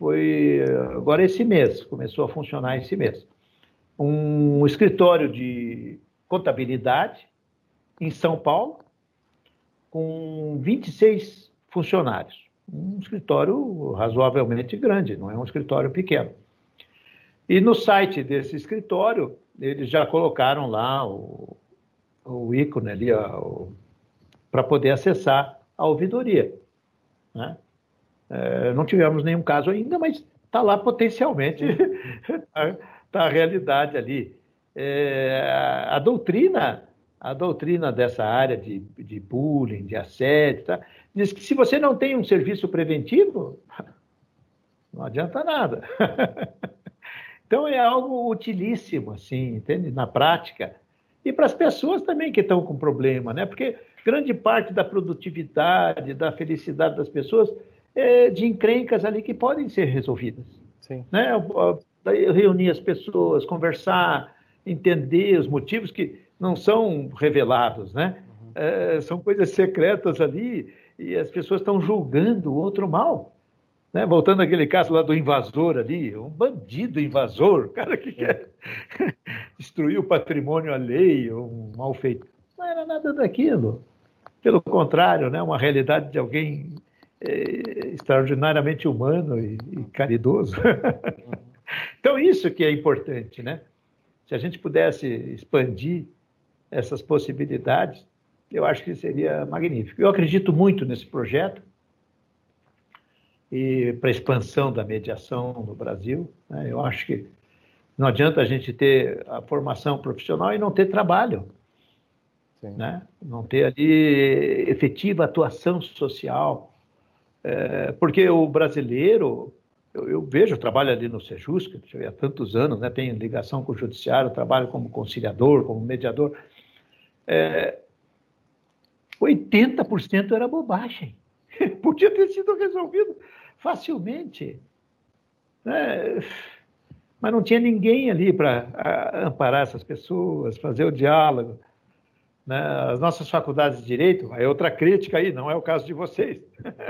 foi agora esse mês, começou a funcionar esse mês. Um escritório de contabilidade em São Paulo, com vinte e seis funcionários. Um escritório razoavelmente grande, não é um escritório pequeno. E no site desse escritório, eles já colocaram lá o, o ícone ali para poder acessar a ouvidoria, né? É, não tivemos nenhum caso ainda, mas está lá potencialmente, está tá a realidade ali. É, a doutrina, a doutrina dessa área de, de bullying, de assédio, tá, diz que se você não tem um serviço preventivo, não adianta nada. Então é algo utilíssimo, assim, entende? Na prática. E para as pessoas também que estão com problema, né? Porque grande parte da produtividade, da felicidade das pessoas é de encrencas ali que podem ser resolvidas. Sim. Né? Reunir as pessoas, conversar, entender os motivos que não são revelados, né? Uhum. É, são coisas secretas ali e as pessoas estão julgando o outro mal. Né? Voltando àquele caso lá do invasor ali, um bandido invasor, cara que quer destruir o patrimônio alheio, um malfeitor. Não era nada daquilo. Pelo contrário, né? Uma realidade de alguém é, extraordinariamente humano e, e caridoso. Então, isso que é importante, né? Se a gente pudesse expandir essas possibilidades, eu acho que seria magnífico. Eu acredito muito nesse projeto e para a expansão da mediação no Brasil, né? Eu acho que não adianta a gente ter a formação profissional e não ter trabalho, né? Não ter ali efetiva atuação social, é, porque o brasileiro, eu, eu vejo, eu trabalho ali no Sejusc, há tantos anos, né? Tenho ligação com o judiciário, trabalho como conciliador, como mediador, é, oitenta por cento era bobagem, podia ter sido resolvido facilmente, né? Mas não tinha ninguém ali para amparar essas pessoas, fazer o diálogo. Né? As nossas faculdades de Direito, é outra crítica aí, não é o caso de vocês,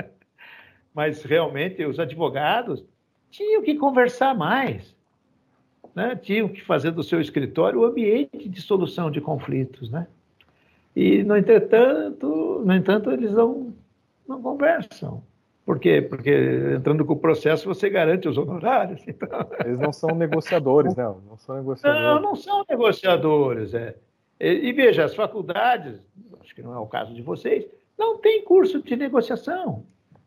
mas realmente os advogados tinham que conversar mais, né? Tinham que fazer do seu escritório o ambiente de solução de conflitos, né? E, no entretanto, no entanto, eles não, não conversam. Por quê? Porque entrando com o processo você garante os honorários. Então... Eles não são negociadores, né? Não são negociadores. Não, não são negociadores. É. E, e veja, as faculdades, acho que não é o caso de vocês, não tem curso de negociação.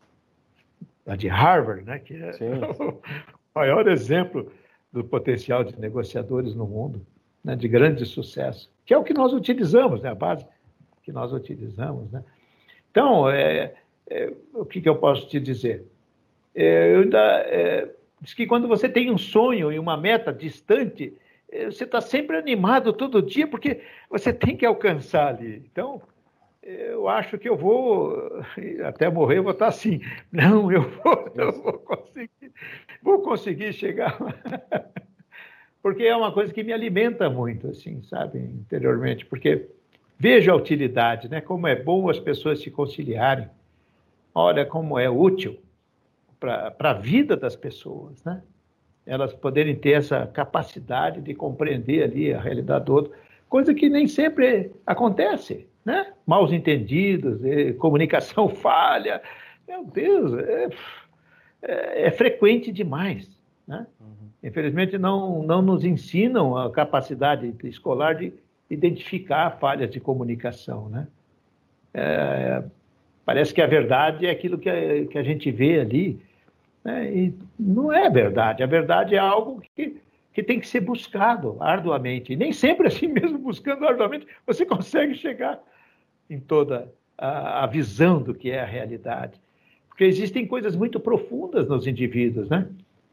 A de Harvard, né? Que é sim, sim. o maior exemplo do potencial de negociadores no mundo, né? De grande sucesso, que é o que nós utilizamos, né? A base que nós utilizamos, né? Então, é, é, o que, que eu posso te dizer? É, eu ainda, é, diz que quando você tem um sonho e uma meta distante, é, você está sempre animado todo dia, porque você tem que alcançar ali. Então, eu acho que eu vou, até morrer, eu vou estar assim. Não, eu vou, eu vou conseguir, vou conseguir chegar lá. Porque é uma coisa que me alimenta muito, assim, sabe, interiormente, porque vejo a utilidade, né? Como é bom as pessoas se conciliarem. Olha como é útil para a vida das pessoas, né? Elas poderem ter essa capacidade de compreender ali a realidade do outro, coisa que nem sempre acontece, né? Maus entendidos, comunicação falha, meu Deus, é, é, é frequente demais, né? Uhum. Infelizmente não, não nos ensinam a capacidade escolar de identificar falhas de comunicação, né? É, parece que a verdade é aquilo que a, que a gente vê ali, né? E não é verdade. A verdade é algo que, que tem que ser buscado arduamente. E nem sempre assim mesmo, buscando arduamente, você consegue chegar em toda a, a visão do que é a realidade. Porque existem coisas muito profundas nos indivíduos, né?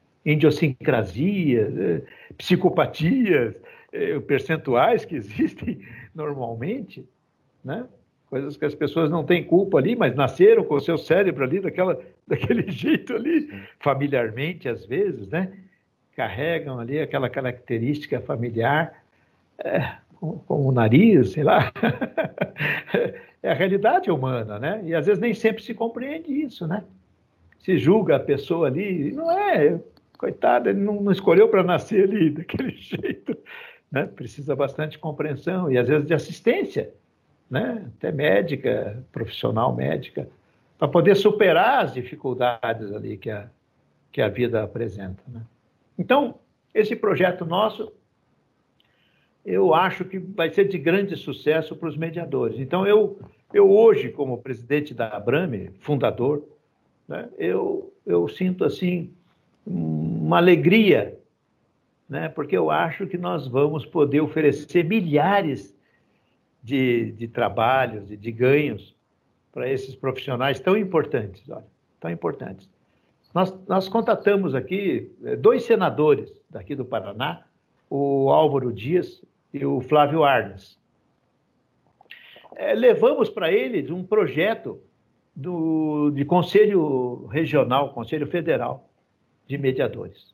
Idiosincrasias, psicopatias, percentuais que existem normalmente, né? Coisas que as pessoas não têm culpa ali, mas nasceram com o seu cérebro ali daquela, daquele jeito ali, familiarmente às vezes, né? Carregam ali aquela característica familiar, é, com, com o nariz, sei lá. É a realidade humana, né? E às vezes nem sempre se compreende isso, né? se julga a pessoa ali, não é, coitada, ele não, não escolheu para nascer ali daquele jeito, né? Precisa bastante compreensão e às vezes de assistência, né? Até médica, profissional médica, para poder superar as dificuldades ali que a, que a vida apresenta, né? Então, esse projeto nosso, eu acho que vai ser de grande sucesso para os mediadores. Então, eu, eu hoje, como presidente da Abrame, fundador, né, eu, eu sinto, assim, uma alegria, né, porque eu acho que nós vamos poder oferecer milhares de, de trabalhos e de ganhos para esses profissionais tão importantes, olha, tão importantes. Nós, nós contatamos aqui dois senadores daqui do Paraná, o Álvaro Dias e o Flávio Arnes. É, levamos para eles um projeto do, de Conselho Regional, Conselho Federal de Mediadores.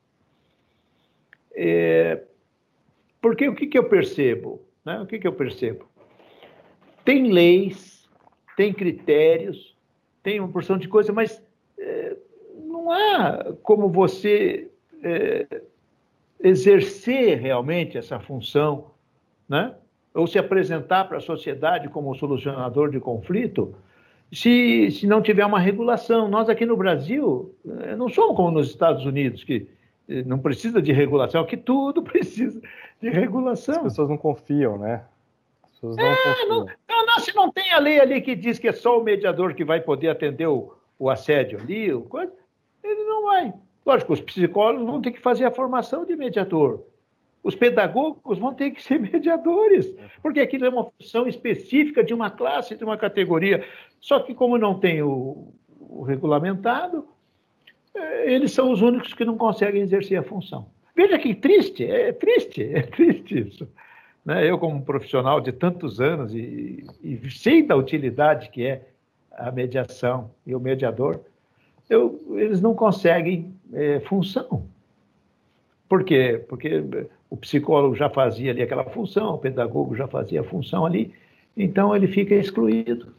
É, porque o que, que eu percebo? Né? O que, que eu percebo? Tem leis, tem critérios, tem uma porção de coisa, mas é, não há como você é, exercer realmente essa função, né? Ou se apresentar para a sociedade como solucionador de conflito, se, se não tiver uma regulação. Nós aqui no Brasil não somos como nos Estados Unidos, que não precisa de regulação, que tudo precisa de regulação. As pessoas não confiam, né? As pessoas não é, confiam. Não, não, não, se não tem a lei ali que diz que é só o mediador que vai poder atender o, o assédio ali, o coisa, ele não vai. Lógico, os psicólogos vão ter que fazer a formação de mediador. Os pedagogos vão ter que ser mediadores, porque aquilo é uma função específica de uma classe, de uma categoria. Só que, como não tem o, o regulamentado, eles são os únicos que não conseguem exercer a função. Veja que triste, é triste, é triste isso. Né? Eu, como profissional de tantos anos, e, e sei da utilidade que é a mediação e o mediador, eu, eles não conseguem é, função. Por quê? Porque o psicólogo já fazia ali aquela função, o pedagogo já fazia a função ali, então ele fica excluído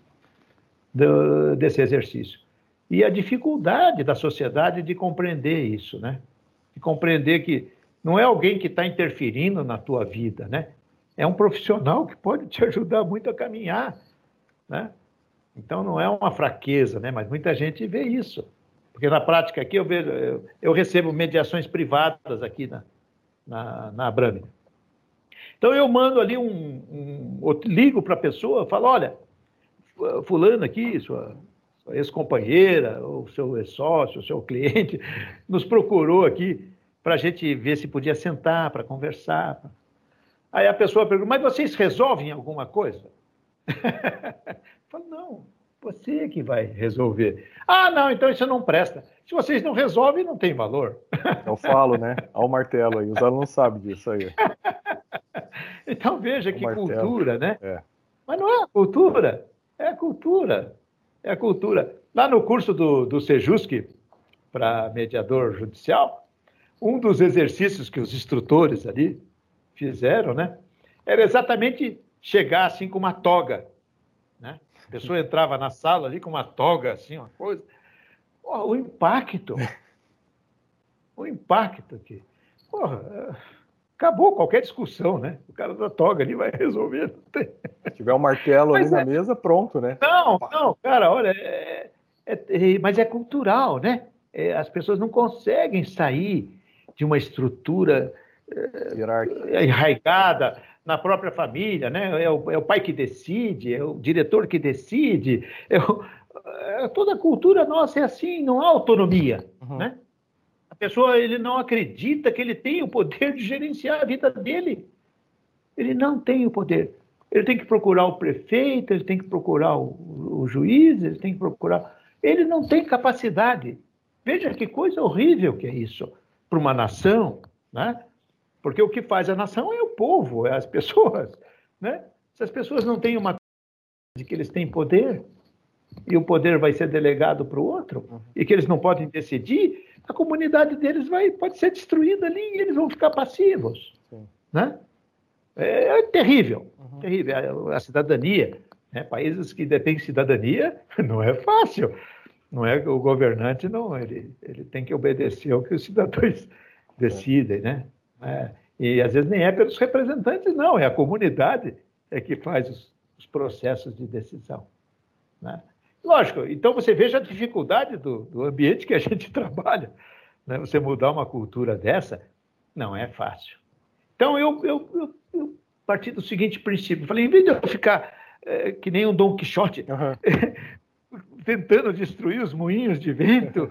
do, desse exercício. E a dificuldade da sociedade de compreender isso, né? De compreender que não é alguém que está interferindo na tua vida, né? É um profissional que pode te ajudar muito a caminhar, né? Então não é uma fraqueza, né? Mas muita gente vê isso. Porque na prática aqui eu vejo, eu, eu recebo mediações privadas aqui na, na, na Abrame. Então eu mando ali um, um eu ligo para a pessoa, falo, olha, fulano aqui, sua, sua ex-companheira, ou seu ex-sócio, seu cliente, nos procurou aqui para a gente ver se podia sentar, para conversar. Aí a pessoa pergunta, mas vocês resolvem alguma coisa? Eu falo, não. Você que vai resolver. Ah, não, então isso não presta. Se vocês não resolvem, não tem valor. Eu falo, né? Olha o martelo aí. Os alunos sabem disso aí. Então veja que cultura, né? É. Mas não é a cultura. É a cultura. É a cultura. Lá no curso do, do Sejusc, para mediador judicial, um dos exercícios que os instrutores ali fizeram, né? Era exatamente chegar assim com uma toga, né? A pessoa entrava na sala ali com uma toga, assim, uma coisa. Porra, o impacto. O impacto que... Porra, acabou qualquer discussão, né? O cara da toga ali vai resolver. Se tiver um martelo mas ali é... na mesa, pronto, né? Não, não, cara, olha, é, é, é, mas é cultural, né? É, as pessoas não conseguem sair de uma estrutura é, enraizada na própria família, né? É o, é o pai que decide, é o diretor que decide, é o, é, toda a cultura nossa é assim, não há autonomia, uhum. Né? A pessoa, ele não acredita que ele tem o poder de gerenciar a vida dele. Ele não tem o poder. Ele tem que procurar o prefeito, ele tem que procurar o, o juiz, ele tem que procurar... Ele não tem capacidade. Veja que coisa horrível que é isso para uma nação, né? Porque o que faz a nação é o povo, é as pessoas, né? Se as pessoas não têm uma de que eles têm poder e o poder vai ser delegado para o outro uhum. E que eles não podem decidir, a comunidade deles vai, pode ser destruída ali e eles vão ficar passivos, sim. Né? É, é terrível, uhum. Terrível. A, a cidadania, né? Países que detêm cidadania não é fácil. Não é o governante, não, ele, ele tem que obedecer ao que os cidadãos decidem, né? É, e às vezes nem é pelos representantes, não, é a comunidade é que faz os, os processos de decisão, né? Lógico, então você veja a dificuldade do, do ambiente que a gente trabalha, né? Você mudar uma cultura dessa não é fácil. Então eu, eu, eu, eu parti do seguinte princípio, falei, em vez de eu ficar é, que nem um Dom Quixote, uhum. tentando destruir os moinhos de vento,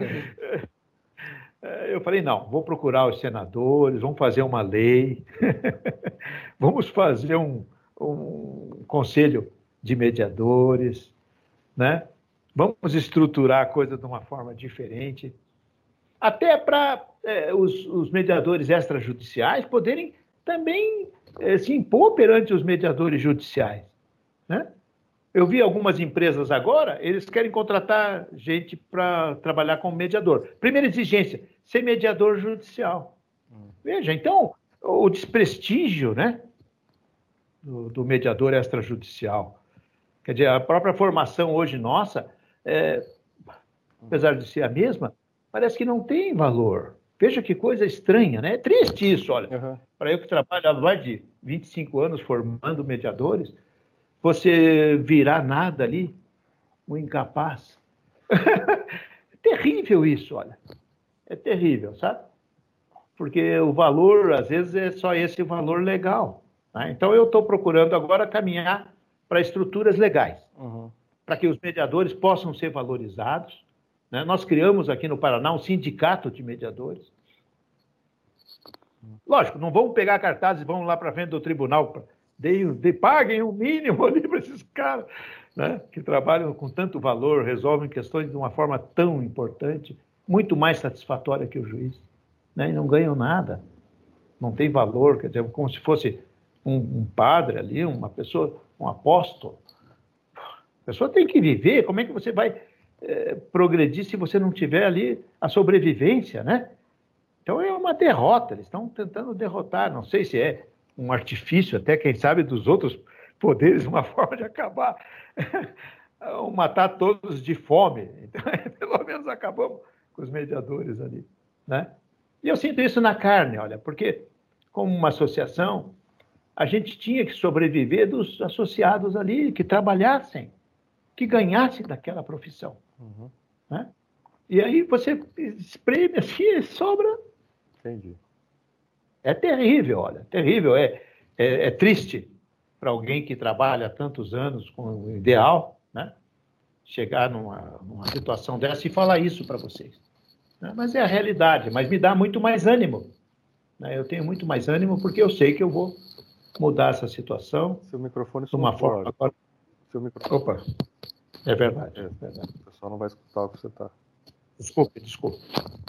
eu falei, não, vou procurar os senadores, vamos fazer uma lei, vamos fazer um, um conselho de mediadores, né? Vamos estruturar a coisa de uma forma diferente, até para é, os, os mediadores extrajudiciais poderem também é, se impor perante os mediadores judiciais, né? Eu vi algumas empresas agora, eles querem contratar gente para trabalhar como mediador. Primeira exigência, ser mediador judicial. Hum. Veja, então, o desprestígio, né, do, do mediador extrajudicial. Quer dizer, a própria formação hoje nossa, é, apesar de ser a mesma, parece que não tem valor. Veja que coisa estranha, né? É triste isso, olha. Uhum. Para eu que trabalho há mais de vinte e cinco anos formando mediadores, você virar nada ali, um incapaz. É terrível isso, olha. É terrível, sabe? Porque o valor, às vezes, é só esse valor legal, né? Então, eu estou procurando agora caminhar para estruturas legais, uhum. para que os mediadores possam ser valorizados, né? Nós criamos aqui no Paraná um sindicato de mediadores. Lógico, não vamos pegar cartazes e vamos lá para frente do tribunal. De, de, paguem o mínimo ali para esses caras, né, que trabalham com tanto valor, resolvem questões de uma forma tão importante, muito mais satisfatória que o juiz, né, e não ganham nada, não tem valor, quer dizer, como se fosse um, um padre ali, uma pessoa, um apóstolo. A pessoa tem que viver, como é que você vai é, progredir se você não tiver ali a sobrevivência, né? Então é uma derrota, eles estão tentando derrotar, não sei se é um artifício, até quem sabe, dos outros poderes, uma forma de acabar, matar todos de fome. Então, pelo menos acabamos com os mediadores ali, né? E eu sinto isso na carne, olha, porque como uma associação, a gente tinha que sobreviver dos associados ali, que trabalhassem, que ganhassem daquela profissão, uhum. né? E aí você espreme assim, sobra. Entendi. É terrível, olha, terrível, é, é, é triste para alguém que trabalha há tantos anos com o ideal, né? Chegar numa, numa situação dessa e falar isso para vocês, né? Mas é a realidade, mas me dá muito mais ânimo, né? Eu tenho muito mais ânimo porque eu sei que eu vou mudar essa situação. Seu microfone de uma forma agora. Seu microfone. Opa, é verdade, é verdade. O pessoal não vai escutar o que você está. Desculpe, desculpe.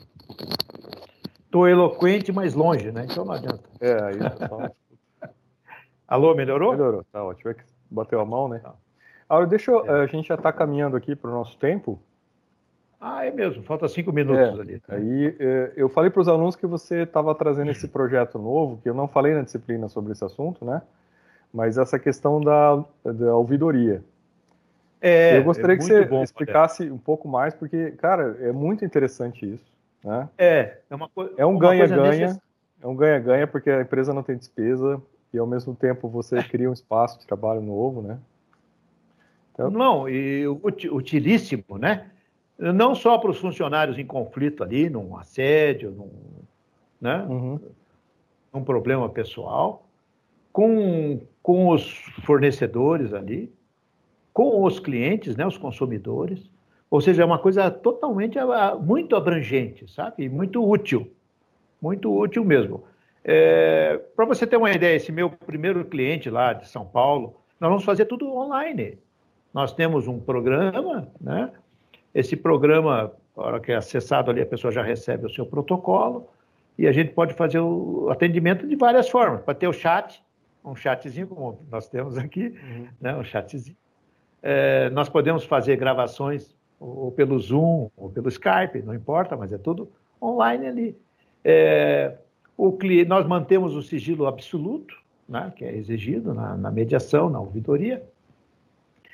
Estou eloquente, mas longe, né? Então não adianta. É, aí o pessoal não escuta. Alô, melhorou? Melhorou, tá ótimo. É que bateu a mão, né? Agora, deixa eu, é. A gente já está caminhando aqui para o nosso tempo. Ah, é mesmo, falta cinco minutos é, ali. Tá? Aí é, eu falei para os alunos que você estava trazendo esse projeto novo, que eu não falei na disciplina sobre esse assunto, né? Mas essa questão da, da ouvidoria. É, eu gostaria é que você bom, explicasse André. um pouco mais, porque, cara, é muito interessante isso, né? É, é uma coisa. É um ganha-ganha, é um ganha-ganha porque a empresa não tem despesa e ao mesmo tempo você cria um espaço de trabalho novo, né? Então... Não, e utilíssimo, né? Não só para os funcionários em conflito ali, num assédio, num, né? Uhum. num problema pessoal, com, com os fornecedores ali, com os clientes, né? Os consumidores. Ou seja, é uma coisa totalmente, muito abrangente, sabe? E muito útil, muito útil mesmo. É, para você ter uma ideia, esse meu primeiro cliente lá de São Paulo, nós vamos fazer tudo online. Nós temos um programa, né? Esse programa, na hora que é acessado ali, a pessoa já recebe o seu protocolo e a gente pode fazer o atendimento de várias formas. Pode ter o chat, um chatzinho, como nós temos aqui, uhum. né? Um chatzinho. É, nós podemos fazer gravações ou pelo Zoom, ou pelo Skype, não importa, mas é tudo online ali. É, o cliente, nós mantemos o sigilo absoluto, né, que é exigido na, na mediação, na ouvidoria.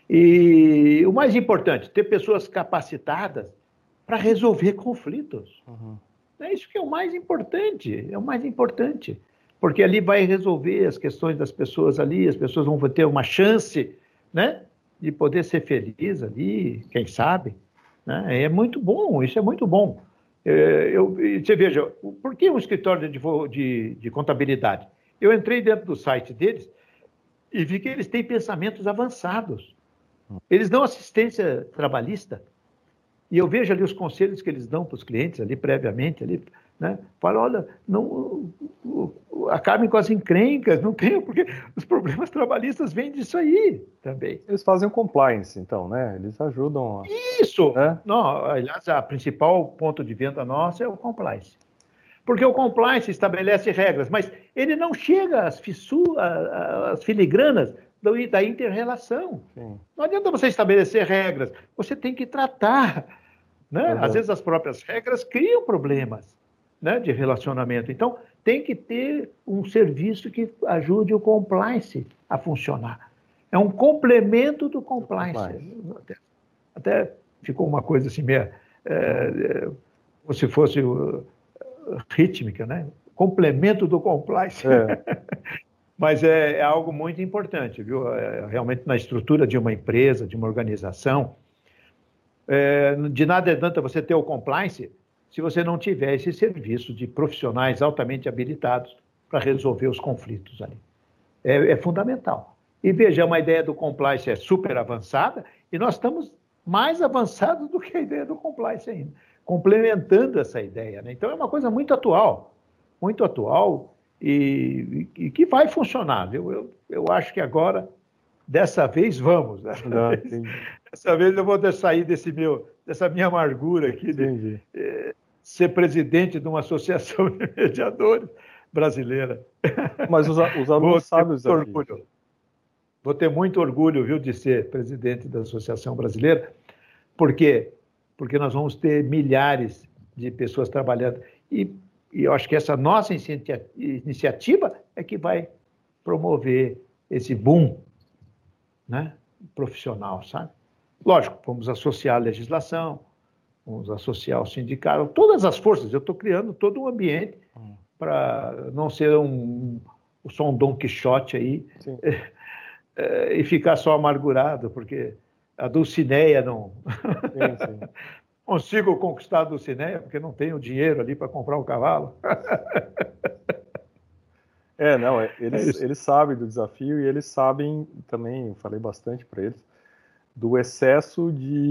E o mais importante, ter pessoas capacitadas para resolver conflitos. Uhum. É isso que é o mais importante, é o mais importante. Porque ali vai resolver as questões das pessoas ali, as pessoas vão ter uma chance, né, de poder ser feliz ali, quem sabe. Né? É muito bom, isso é muito bom. É, eu, você veja, por que um escritório de, de, de contabilidade? Eu entrei dentro do site deles e vi que eles têm pensamentos avançados. Eles dão assistência trabalhista. E eu vejo ali os conselhos que eles dão para os clientes ali previamente, ali, né? Fala, olha, não, acabem com as encrencas, não tenham, porque os problemas trabalhistas vêm disso aí também. Eles fazem o compliance, então, né? Eles ajudam a... Isso! Né? Não, aliás, a principal ponto de venda nossa é o compliance. Porque o compliance estabelece regras, mas ele não chega às fissuras, às filigranas da inter-relação. Sim. Não adianta você estabelecer regras, você tem que tratar. Né? Uhum. Às vezes as próprias regras criam problemas, né, de relacionamento. Então, tem que ter um serviço que ajude o compliance a funcionar. É um complemento do compliance. Até, até ficou uma coisa assim, meio, é, como se fosse uh, rítmica, né? Complemento do compliance. É. Mas é, é algo muito importante, viu? É, realmente na estrutura de uma empresa, de uma organização, é, de nada adianta você ter o compliance se você não tiver esse serviço de profissionais altamente habilitados para resolver os conflitos ali. É, é fundamental. E veja, uma ideia do compliance é super avançada e nós estamos mais avançados do que a ideia do compliance ainda, complementando essa ideia. Né? Então é uma coisa muito atual, muito atual, E, e que vai funcionar, viu? Eu, eu acho que agora, dessa vez, vamos. Dessa, Não, vez, dessa vez eu vou sair desse meu, dessa minha amargura aqui de é, ser presidente de uma associação de mediadores brasileira. Mas os, os alunos sabem os orgulho. Vou ter muito orgulho, viu, de ser presidente da Associação Brasileira. Por quê? Porque nós vamos ter milhares de pessoas trabalhando. E E eu acho que essa nossa iniciativa é que vai promover esse boom, né, profissional, sabe? Lógico, vamos associar a legislação, vamos associar o sindicato, todas as forças. Eu estou criando todo um ambiente hum. para não ser um, só um Dom Quixote aí é, é, e ficar só amargurado, porque a Dulcineia não... Sim, sim. Consigo conquistar a Dulcineia, porque não tenho dinheiro ali para comprar um cavalo. É, não, eles, é eles sabem do desafio e eles sabem também, eu falei bastante para eles, do excesso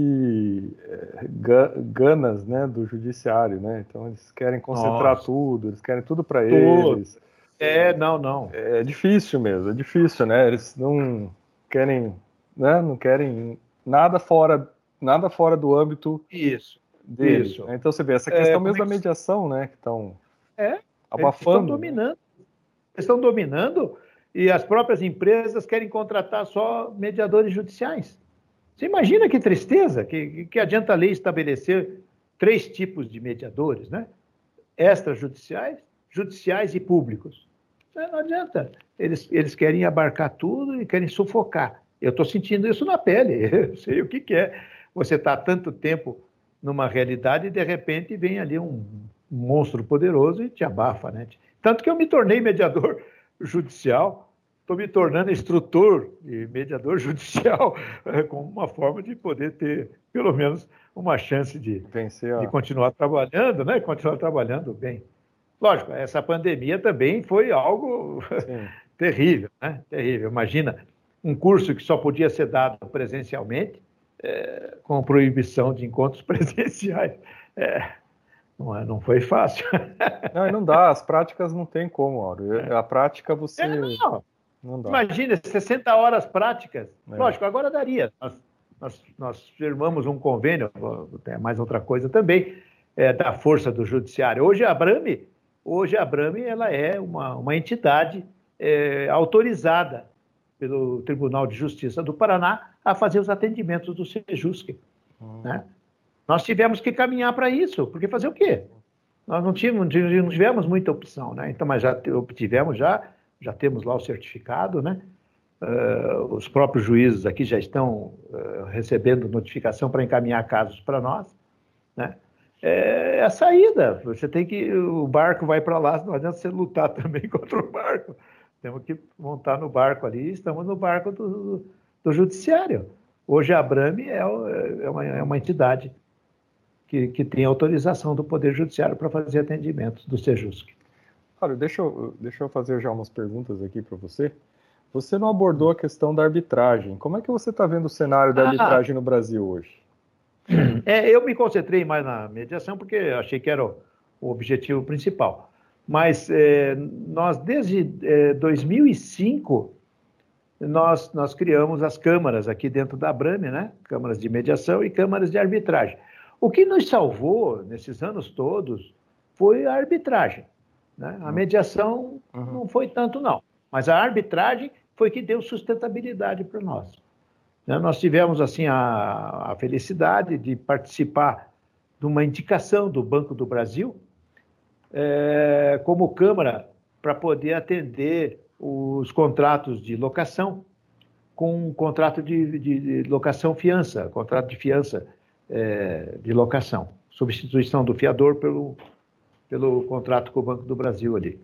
de é, ganas, né, do judiciário, né? Então eles querem concentrar Nossa. tudo, eles querem tudo para eles. É, não, não. É difícil mesmo, é difícil, né? Eles não querem, né, não querem nada fora Nada fora do âmbito isso, dele. Isso. Né? Então você vê, essa questão é, mesmo é que... da mediação, né? Que estão é, abafando. Estão dominando. Né? Estão dominando e as próprias empresas querem contratar só mediadores judiciais. Você imagina que tristeza, que, que adianta a lei estabelecer três tipos de mediadores, né? Extrajudiciais, judiciais e públicos. Não adianta. Eles, eles querem abarcar tudo e querem sufocar. Eu estou sentindo isso na pele, eu sei o que, que é. Você está há tanto tempo numa realidade e, de repente, vem ali um monstro poderoso e te abafa, né? Tanto que eu me tornei mediador judicial, estou me tornando instrutor e mediador judicial, é, como uma forma de poder ter, pelo menos, uma chance de, Vencer, de continuar trabalhando, né? Continuar trabalhando bem. Lógico, essa pandemia também foi algo terrível, né? Terrível. Imagina um curso que só podia ser dado presencialmente, é, com proibição de encontros presenciais. É, não, é, não foi fácil. Não, e não dá, as práticas não tem como, Mauro. É. A prática você... É, não. Não dá. Imagina, sessenta horas práticas. É. Lógico, agora daria. Nós, nós, nós firmamos um convênio, tem mais outra coisa também, é, da força do judiciário. Hoje a Abrame, hoje a Abrame ela é uma, uma entidade é, autorizada pelo Tribunal de Justiça do Paraná a fazer os atendimentos do Sejusc. Hum. Né? Nós tivemos que caminhar para isso, porque fazer o quê? Nós não tivemos, não tivemos muita opção, né? Então, mas já obtivemos, já, já temos lá o certificado, né? uh, os próprios juízes aqui já estão uh, recebendo notificação para encaminhar casos para nós, né? É a saída. Você tem que, o barco vai para lá, não adianta você lutar também contra o barco. Temos que montar no barco ali, estamos no barco do, do judiciário. Hoje a Abrame é, é, uma, é uma entidade que, que tem autorização do Poder Judiciário para fazer atendimentos do Sejusc. Olha, deixa eu, deixa eu fazer já umas perguntas aqui para você. Você não abordou a questão da arbitragem. Como é que você está vendo o cenário da ah, arbitragem no Brasil hoje? É, eu me concentrei mais na mediação porque achei que era o, o objetivo principal. Mas é, nós, desde é, dois mil e cinco, nós, nós criamos as câmaras aqui dentro da Abrame, né? Câmaras de mediação e câmaras de arbitragem. O que nos salvou nesses anos todos foi a arbitragem, né? A mediação uhum. não foi tanto, não. Mas a arbitragem foi que deu sustentabilidade para nós. Nós tivemos, assim, a, a felicidade de participar de uma indicação do Banco do Brasil é, como Câmara para poder atender os contratos de locação com um contrato de, de, de locação fiança, contrato de fiança é, de locação, substituição do fiador pelo, pelo contrato com o Banco do Brasil ali.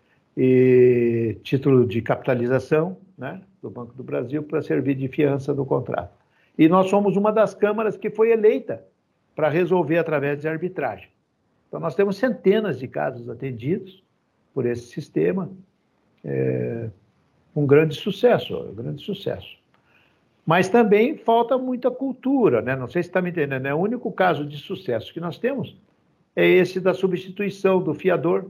E título de capitalização, né, do Banco do Brasil para servir de fiança do contrato. E nós somos uma das câmaras que foi eleita para resolver através de arbitragem. Então, nós temos centenas de casos atendidos por esse sistema, é, um grande sucesso, um grande sucesso. Mas também falta muita cultura, né? Não sei se está me entendendo, né? O único caso de sucesso que nós temos é esse da substituição do fiador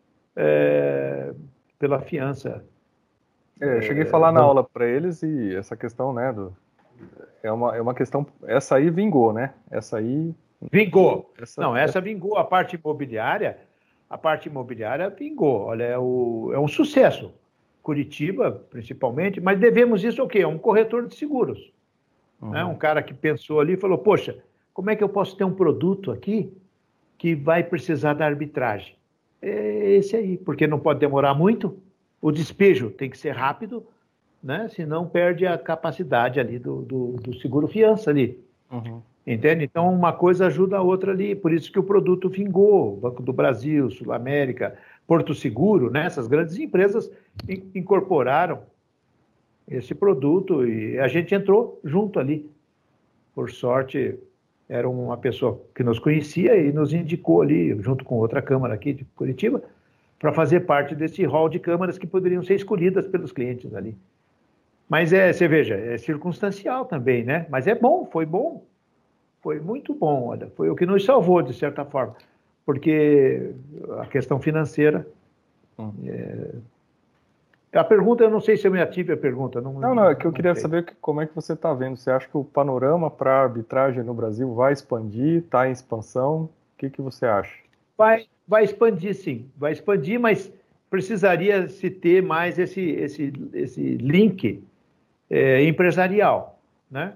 é, pela fiança. É, eu cheguei a falar é, na aula para eles e essa questão, né, do, é, uma, é uma questão, essa aí vingou, né? Essa aí... Vingou. Essa, Não, essa vingou. A parte imobiliária, a parte imobiliária vingou. Olha, é, o, é um sucesso. Curitiba, principalmente, mas devemos isso ao quê? A um corretor de seguros. Uhum. Né? Um cara que pensou ali e falou, poxa, como é que eu posso ter um produto aqui que vai precisar da arbitragem? É esse aí, porque não pode demorar muito, o despejo tem que ser rápido, né? Senão perde a capacidade ali do, do, do seguro fiança ali. Uhum. Entende? Então, uma coisa ajuda a outra ali, por isso que o produto vingou, Banco do Brasil, Sul América, Porto Seguro, né? Essas grandes empresas incorporaram esse produto e a gente entrou junto ali. Por sorte, era uma pessoa que nos conhecia e nos indicou ali, junto com outra câmara aqui de Curitiba, para fazer parte desse hall de câmaras que poderiam ser escolhidas pelos clientes ali. Mas, é, você veja, é circunstancial também, né? Mas é bom, foi bom. Foi muito bom, olha. Foi o que nos salvou, de certa forma. Porque a questão financeira... Hum. É... A pergunta, eu não sei se eu me ative a pergunta. Não, não, não, é que eu queria sei. saber que, como é que você está vendo. Você acha que o panorama para a arbitragem no Brasil vai expandir, está em expansão? O que, que você acha? Vai, vai expandir, sim. Vai expandir, mas precisaria se ter mais esse, esse, esse link é, empresarial, né?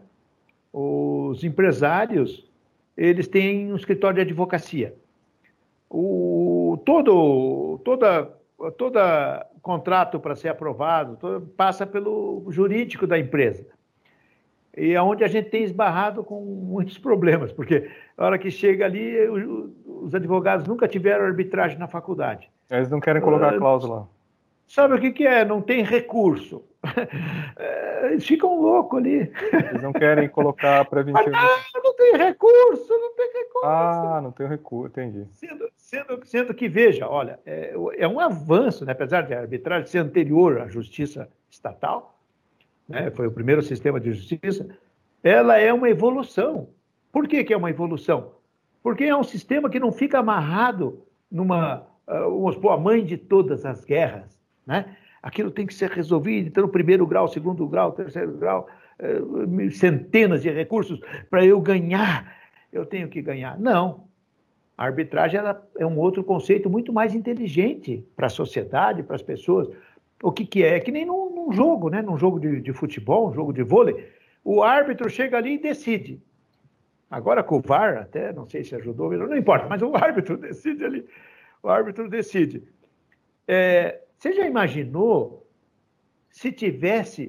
Os empresários, eles têm um escritório de advocacia. O, todo, toda, toda contrato para ser aprovado todo, passa pelo jurídico da empresa. E é onde a gente tem esbarrado com muitos problemas, porque a hora que chega ali, os advogados nunca tiveram arbitragem na faculdade. Eles não querem colocar a cláusula. Sabe o que, que é? Não tem recurso. Eles ficam loucos ali. Eles não querem colocar preventivo. Não, não tem recurso, não tem recurso. Ah, não tem recurso, entendi. Sendo, sendo, sendo que, veja, olha, é, é um avanço, né? Apesar de a arbitragem ser anterior à justiça estatal, né? Foi o primeiro sistema de justiça, ela é uma evolução. Por que, que é uma evolução? Porque é um sistema que não fica amarrado numa, uh, vamos supor, a mãe de todas as guerras, né? Aquilo tem que ser resolvido, então, no primeiro grau, segundo grau, terceiro grau, uh, centenas de recursos para eu ganhar, eu tenho que ganhar. Não. A arbitragem ela é um outro conceito muito mais inteligente para a sociedade, para as pessoas. O que, que é? É que nem num, num jogo, né? Num jogo de, de futebol, um jogo de vôlei, o árbitro chega ali e decide. Agora com o V A R, até não sei se ajudou, não importa, mas o árbitro decide ali. O árbitro decide. É, você já imaginou se tivesse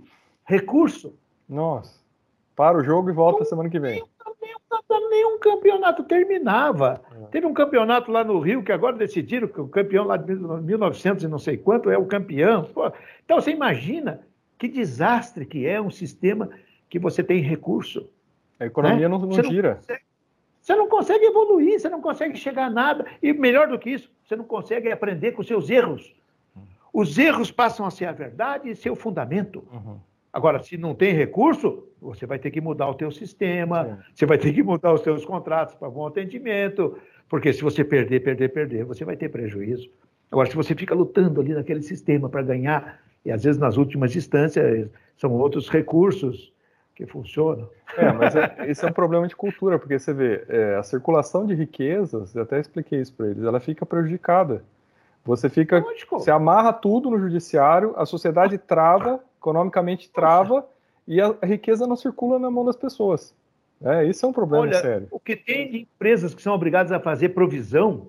recurso. Nossa, para o jogo e volta Não, semana que vem. Nenhum, nenhum campeonato terminava. É. Teve um campeonato lá no Rio que agora decidiram que o campeão lá de mil e novecentos e não sei quanto é o campeão. Pô, então você imagina que desastre que é um sistema que você tem recurso. A economia, né? não, não você gira. Não consegue, você não consegue evoluir, você não consegue chegar a nada. E melhor do que isso, você não consegue aprender com seus erros. Os erros passam a ser a verdade e ser o fundamento. Uhum. Agora, se não tem recurso, você vai ter que mudar o teu sistema, Sim. você vai ter que mudar os teus contratos para bom atendimento, porque se você perder, perder, perder, você vai ter prejuízo. Agora, se você fica lutando ali naquele sistema para ganhar, e às vezes nas últimas instâncias são outros recursos que funcionam. É, mas é, esse é um problema de cultura, porque você vê, é, a circulação de riquezas, eu até expliquei isso para eles, ela fica prejudicada. Você fica, Lógico. Você amarra tudo no judiciário, a sociedade trava, economicamente trava, Poxa. E a riqueza não circula na mão das pessoas. É, isso é um problema Olha, sério. O que tem de empresas que são obrigadas a fazer provisão,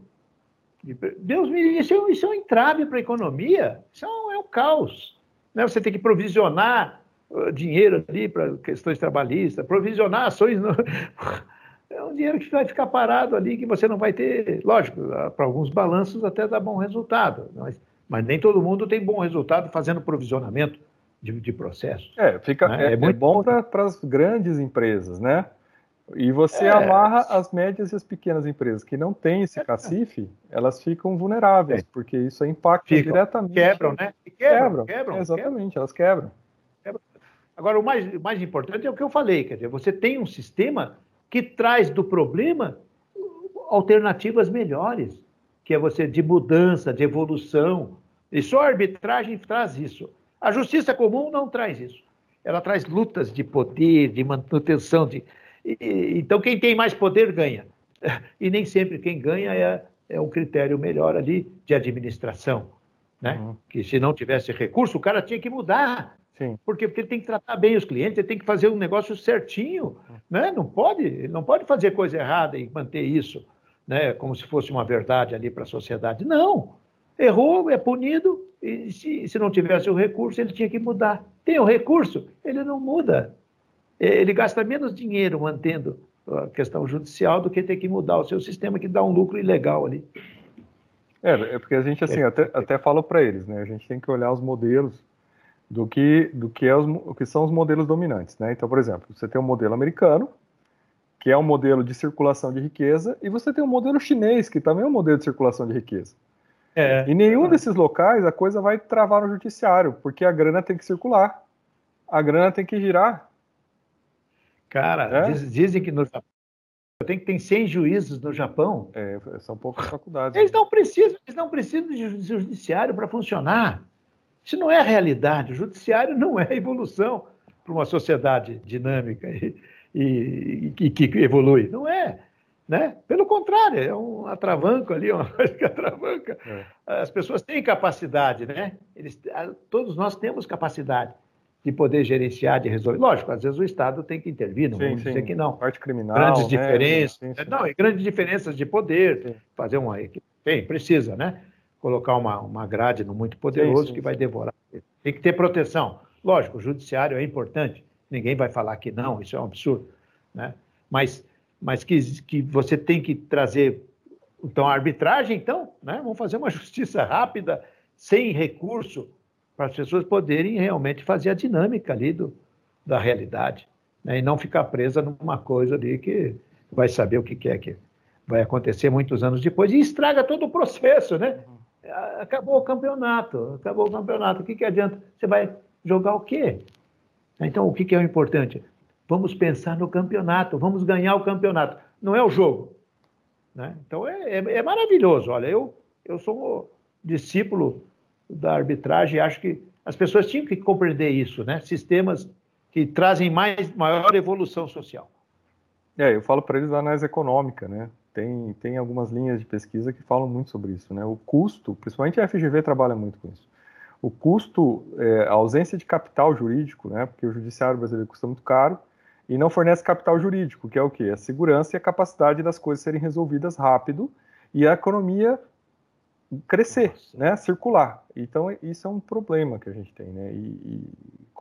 Deus me livre, isso é, isso é um entrave para a economia, isso é um, é um caos. Né? Você tem que provisionar uh, dinheiro ali para questões trabalhistas, provisionar ações... No... É um dinheiro que vai ficar parado ali, que você não vai ter... Lógico, para alguns balanços até dá bom resultado, mas, mas nem todo mundo tem bom resultado fazendo provisionamento de, de processos. É, fica, né? é, é, muito é bom para as grandes empresas, né? E você é... amarra as médias e as pequenas empresas que não têm esse cacife, elas ficam vulneráveis, é. porque isso impacta Ficam, diretamente. Quebram, né? E quebram, quebram, quebram. É, exatamente, quebram. elas quebram. quebram. Agora, o mais, o mais importante é o que eu falei, quer dizer, você tem um sistema que traz do problema alternativas melhores, que é você de mudança, de evolução. E só a arbitragem traz isso. A justiça comum não traz isso. Ela traz lutas de poder, de manutenção. De... E, então, quem tem mais poder ganha. E nem sempre quem ganha é, é um critério melhor ali de administração. Né? Uhum. Que se não tivesse recurso, o cara tinha que mudar. Sim. Por quê? Porque ele tem que tratar bem os clientes, ele tem que fazer um negócio certinho, né? Não pode, ele não pode fazer coisa errada e manter isso, né? Como se fosse uma verdade ali para a sociedade. Não, errou, é punido, e se, se não tivesse o recurso, ele tinha que mudar. Tem o recurso, ele não muda. Ele gasta menos dinheiro mantendo a questão judicial do que ter que mudar o seu sistema, que dá um lucro ilegal ali. É, é porque a gente, assim, é. até, até fala para eles, né? A gente tem que olhar os modelos do que, do que, é os, o que são os modelos dominantes, né? Então, por exemplo, você tem um modelo americano, que é um modelo de circulação de riqueza, e você tem um modelo chinês, que também é um modelo de circulação de riqueza. É, em nenhum é. desses locais a coisa vai travar no judiciário, porque a grana tem que circular, a grana tem que girar. Cara, é? diz, dizem que no Japão tem que ter cem juízes no Japão. É, são poucas faculdades. Eles não precisam, eles não precisam de judiciário para funcionar. Isso não é a realidade. O judiciário não é a evolução para uma sociedade dinâmica e, e, e que evolui. Não é. Né? Pelo contrário, é um atravanco ali, uma coisa que atravanca. É. As pessoas têm capacidade, né? Eles, todos nós temos capacidade de poder gerenciar, de resolver. Lógico, às vezes o Estado tem que intervir, não sim, vamos sim. dizer que não. Parte criminal, grandes né? diferenças. Sim, sim. Não, e grandes diferenças de poder. Sim. Fazer uma... Tem, precisa, né? Colocar uma, uma grade no muito poderoso sim, sim, que vai devorar. Tem que ter proteção. Lógico, o judiciário é importante. Ninguém vai falar que não, isso é um absurdo. Né? Mas, mas que, que você tem que trazer... Então, a arbitragem, então, né? Vamos fazer uma justiça rápida, sem recurso, para as pessoas poderem realmente fazer a dinâmica ali do, da realidade. Né? E não ficar presa numa coisa ali que vai saber o que é que vai acontecer muitos anos depois e estraga todo o processo, né? Acabou o campeonato, acabou o campeonato. O que, que adianta? Você vai jogar o quê? Então, o que, que é o importante? Vamos pensar no campeonato, vamos ganhar o campeonato. Não é o jogo. Né? Então, é, é, é maravilhoso. Olha, eu, eu sou um discípulo da arbitragem e acho que as pessoas tinham que compreender isso, né? Sistemas que trazem mais, maior evolução social. É, eu falo para eles a análise econômica, né? Tem, tem algumas linhas de pesquisa que falam muito sobre isso, né? O custo, principalmente a F G V trabalha muito com isso. O custo, é, a ausência de capital jurídico, né? Porque o judiciário brasileiro custa muito caro e não fornece capital jurídico, que é o quê? A segurança e a capacidade das coisas serem resolvidas rápido e a economia crescer, Nossa. né? Circular. Então, isso é um problema que a gente tem, né? E, e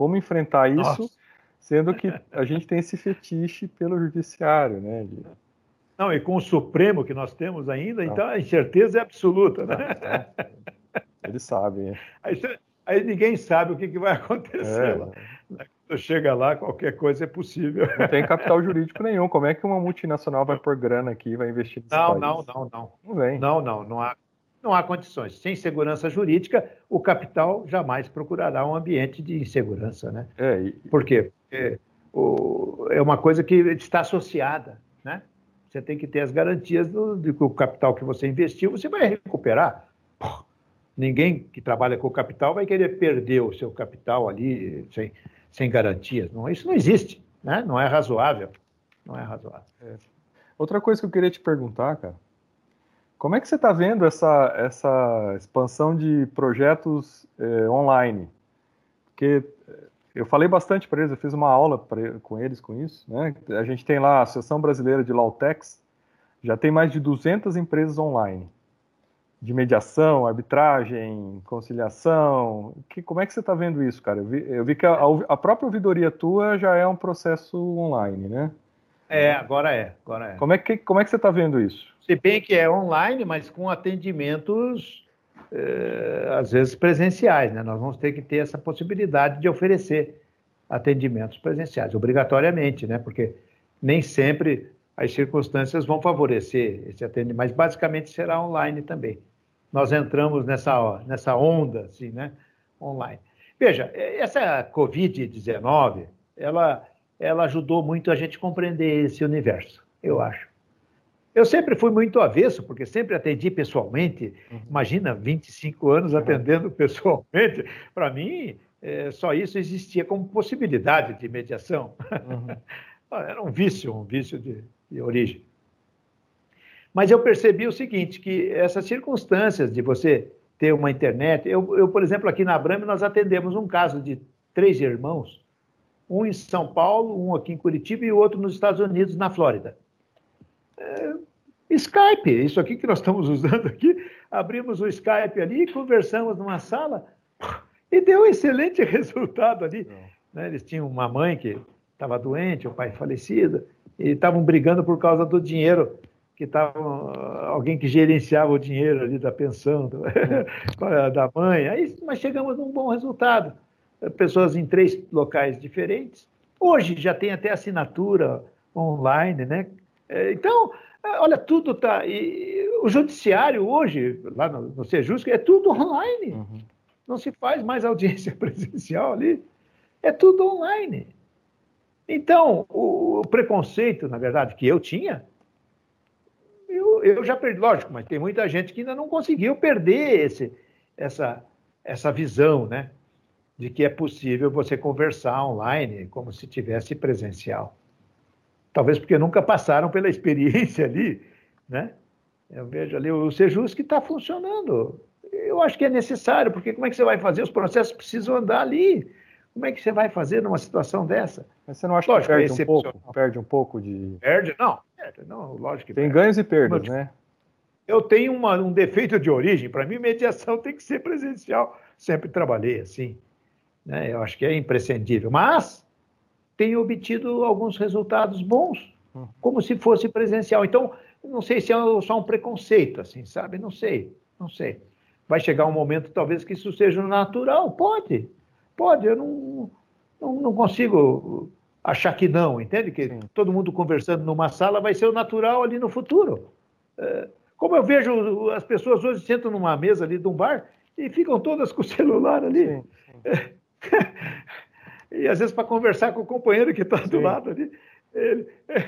Como enfrentar isso, Nossa. sendo que a gente tem esse fetiche pelo judiciário, né? De... Não, e com o Supremo que nós temos ainda, então a incerteza é absoluta, né? Não, não. Eles sabem. Aí, aí ninguém sabe o que, que vai acontecer É, lá. Quando chega lá, qualquer coisa é possível. não tem capital jurídico nenhum. Como é que uma multinacional vai pôr grana aqui e vai investir nesse Não, país? não, não, não. Não vem. Não, não, não há, não há condições. Sem segurança jurídica, o capital jamais procurará um ambiente de insegurança, né? É, e... Por quê? Porque o, é uma coisa que está associada, né? Você tem que ter as garantias do, de que o capital que você investiu, você vai recuperar. Pô, ninguém que trabalha com o capital vai querer perder o seu capital ali sem, sem garantias. Não, isso não existe, né? Não é razoável. Não é razoável. É. Outra coisa que eu queria te perguntar, cara, como é que você está vendo essa, essa expansão de projetos é, online? Porque eu falei bastante para eles, eu fiz uma aula pra, com eles com isso, né? A gente tem lá a Associação Brasileira de Lautex, já tem mais de duzentas empresas online, de mediação, arbitragem, conciliação. Que, como é que você está vendo isso, cara? Eu vi, eu vi que a, a própria ouvidoria tua já é um processo online, né? É, agora é, agora é. Como é que, como é que você está vendo isso? Se bem que é online, mas com atendimentos, eh, às vezes, presenciais, né? Nós vamos ter que ter essa possibilidade de oferecer atendimentos presenciais, obrigatoriamente, né? Porque nem sempre as circunstâncias vão favorecer esse atendimento, mas basicamente será online também. Nós entramos nessa, nessa onda, assim, né? Online. Veja, essa covid dezenove, ela... ela ajudou muito a gente compreender esse universo, eu acho. Eu sempre fui muito avesso, porque sempre atendi pessoalmente. Uhum. Imagina, vinte e cinco anos atendendo uhum. pessoalmente. Para mim, é, só isso existia como possibilidade de mediação. Uhum. Era um vício, um vício de, de origem. Mas eu percebi o seguinte, que essas circunstâncias de você ter uma internet... Eu, eu por exemplo, aqui na Abrame, nós atendemos um caso de três irmãos, um em São Paulo, um aqui em Curitiba e o outro nos Estados Unidos, na Flórida. É, Skype, isso aqui que nós estamos usando aqui, abrimos o Skype ali, conversamos numa sala e deu um excelente resultado ali. Né? Eles tinham uma mãe que estava doente, o pai falecido, e estavam brigando por causa do dinheiro, que estava alguém que gerenciava o dinheiro ali da pensão do, da mãe. Aí nós chegamos num bom resultado. Pessoas em três locais diferentes. Hoje já tem até assinatura online, né? Então, olha, tudo está... O judiciário hoje, lá no, no Sejusc, é tudo online. Uhum. Não se faz mais audiência presencial ali. É tudo online. Então, o, o preconceito, na verdade, que eu tinha, eu, eu já perdi, lógico, mas tem muita gente que ainda não conseguiu perder esse, essa, essa visão, né? De que é possível você conversar online como se tivesse presencial. Talvez porque nunca passaram pela experiência ali, né? Eu vejo ali, o Sejusc está funcionando. Eu acho que é necessário, porque como é que você vai fazer? Os processos precisam andar ali. Como é que você vai fazer numa situação dessa? Mas você não acha lógico, que perde um pouco? Perde um pouco de... Perde? Não, perde, não, lógico que tem perde. ganhos e perdas, né? Eu tenho uma, um defeito de origem. Para mim, mediação tem que ser presencial. Sempre trabalhei assim. Né? Eu acho que é imprescindível. Mas tenho obtido alguns resultados bons, como se fosse presencial. Então, não sei se é só um preconceito, assim, sabe? Não sei, não sei. Vai chegar um momento, talvez, que isso seja natural. Pode, pode. Eu não, não, não consigo achar que não, entende? Que Sim. todo mundo conversando numa sala vai ser o natural ali no futuro. É, como eu vejo as pessoas hoje sentam numa mesa ali de um bar e ficam todas com o celular ali. Sim, sim. É, e às vezes para conversar com o companheiro que está do lado ali. Ele...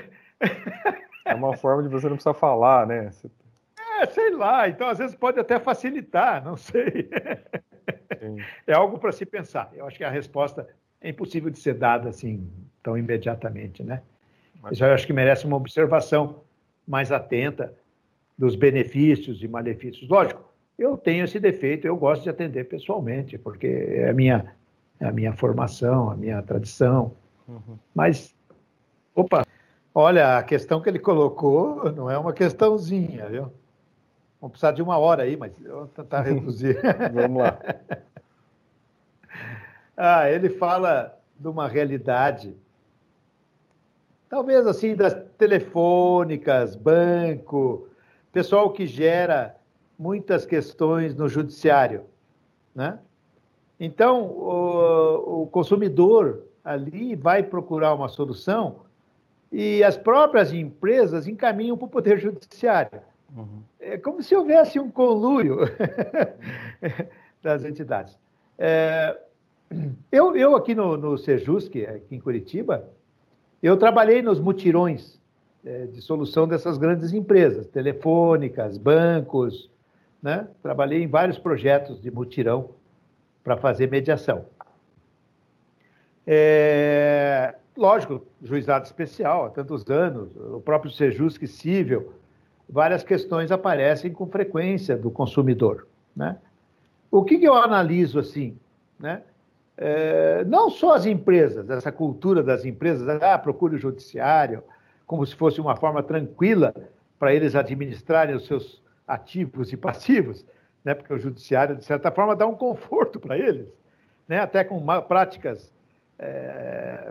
É uma forma de você não precisar falar, né? Você... É, sei lá. Então, às vezes pode até facilitar, não sei. Sim. É algo para se pensar. Eu acho que a resposta é impossível de ser dada assim tão imediatamente, né? Mas... Isso eu acho que merece uma observação mais atenta dos benefícios e malefícios. Lógico, eu tenho esse defeito, eu gosto de atender pessoalmente, porque é a minha, é a minha formação, a minha tradição. Uhum. Mas, opa, olha, a questão que ele colocou não é uma questãozinha, viu? Vamos precisar de uma hora aí, mas eu vou tentar reduzir. Vamos lá. Ah, ele fala de uma realidade, talvez assim, das telefônicas, banco, pessoal que gera muitas questões no judiciário, né? Então, o, o consumidor ali vai procurar uma solução e as próprias empresas encaminham para o Poder Judiciário. Uhum. É como se houvesse um conluio das entidades. É, eu, eu aqui no, no Sejusc, aqui em Curitiba, eu trabalhei nos mutirões é, de solução dessas grandes empresas, telefônicas, bancos, né? Trabalhei em vários projetos de mutirão para fazer mediação. É, lógico, juizado especial há tantos anos, o próprio Sejusc Cível, várias questões aparecem com frequência do consumidor, né? O que, que eu analiso assim, né? É, não só as empresas, essa cultura das empresas, ah, procure o judiciário, como se fosse uma forma tranquila para eles administrarem os seus ativos e passivos, né? Porque o judiciário, de certa forma, dá um conforto para eles, né? Até com uma, práticas é,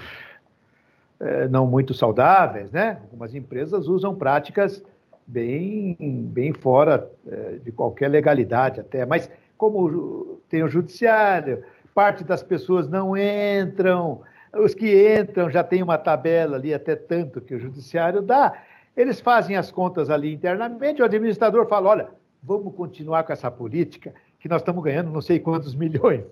é, não muito saudáveis, né? Algumas empresas usam práticas bem, bem fora é, de qualquer legalidade até, mas como tem o judiciário, parte das pessoas não entram, os que entram já tem uma tabela ali, até tanto que o judiciário dá, eles fazem as contas ali internamente, o administrador fala, olha, vamos continuar com essa política, que nós estamos ganhando não sei quantos milhões.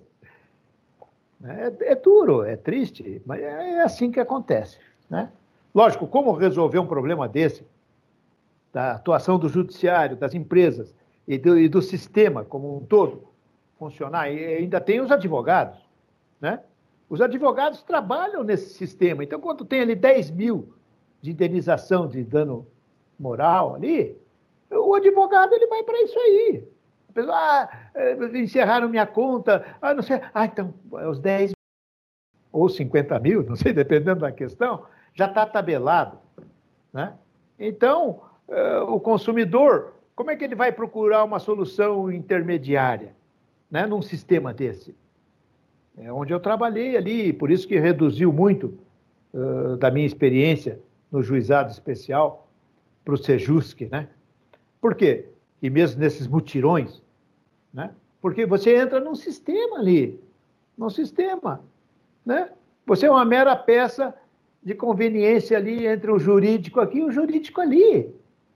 É, é duro, é triste, mas é assim que acontece, né? Lógico, como resolver um problema desse, da atuação do judiciário, das empresas e do, e do sistema como um todo funcionar, e ainda tem os advogados, né? Os advogados trabalham nesse sistema, então quando tem ali dez mil de indenização de dano moral ali, o advogado ele vai para isso aí. A pessoa, ah, encerraram minha conta, ah, não sei, ah, então, os dez ou cinquenta mil, não sei, dependendo da questão, já está tabelado, né? Então, uh, o consumidor, como é que ele vai procurar uma solução intermediária, né, num sistema desse? É onde eu trabalhei ali, por isso que reduziu muito uh, da minha experiência no juizado especial para o Sejusc, né? Por quê? E mesmo nesses mutirões, né? Porque você entra num sistema ali, num sistema, né? Você é uma mera peça de conveniência ali entre o jurídico aqui e o jurídico ali.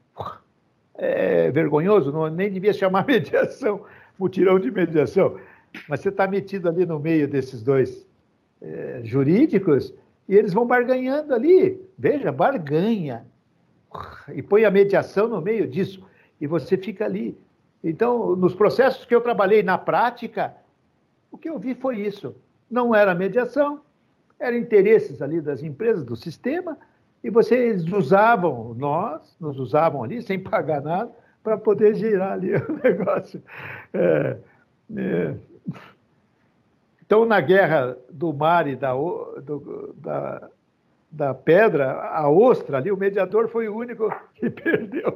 É vergonhoso, não, nem devia chamar mediação, mutirão de mediação, mas você está metido ali no meio desses dois é, jurídicos e eles vão barganhando ali. Veja, barganha. E põe a mediação no meio disso. E você fica ali. Então, nos processos que eu trabalhei na prática, o que eu vi foi isso. Não era mediação, eram interesses ali das empresas, do sistema, e vocês usavam, nós, nos usavam ali, sem pagar nada, para poder girar ali o negócio. É, é. Então, na guerra do mar e da, do, da, da pedra, a ostra ali, o mediador foi o único que perdeu.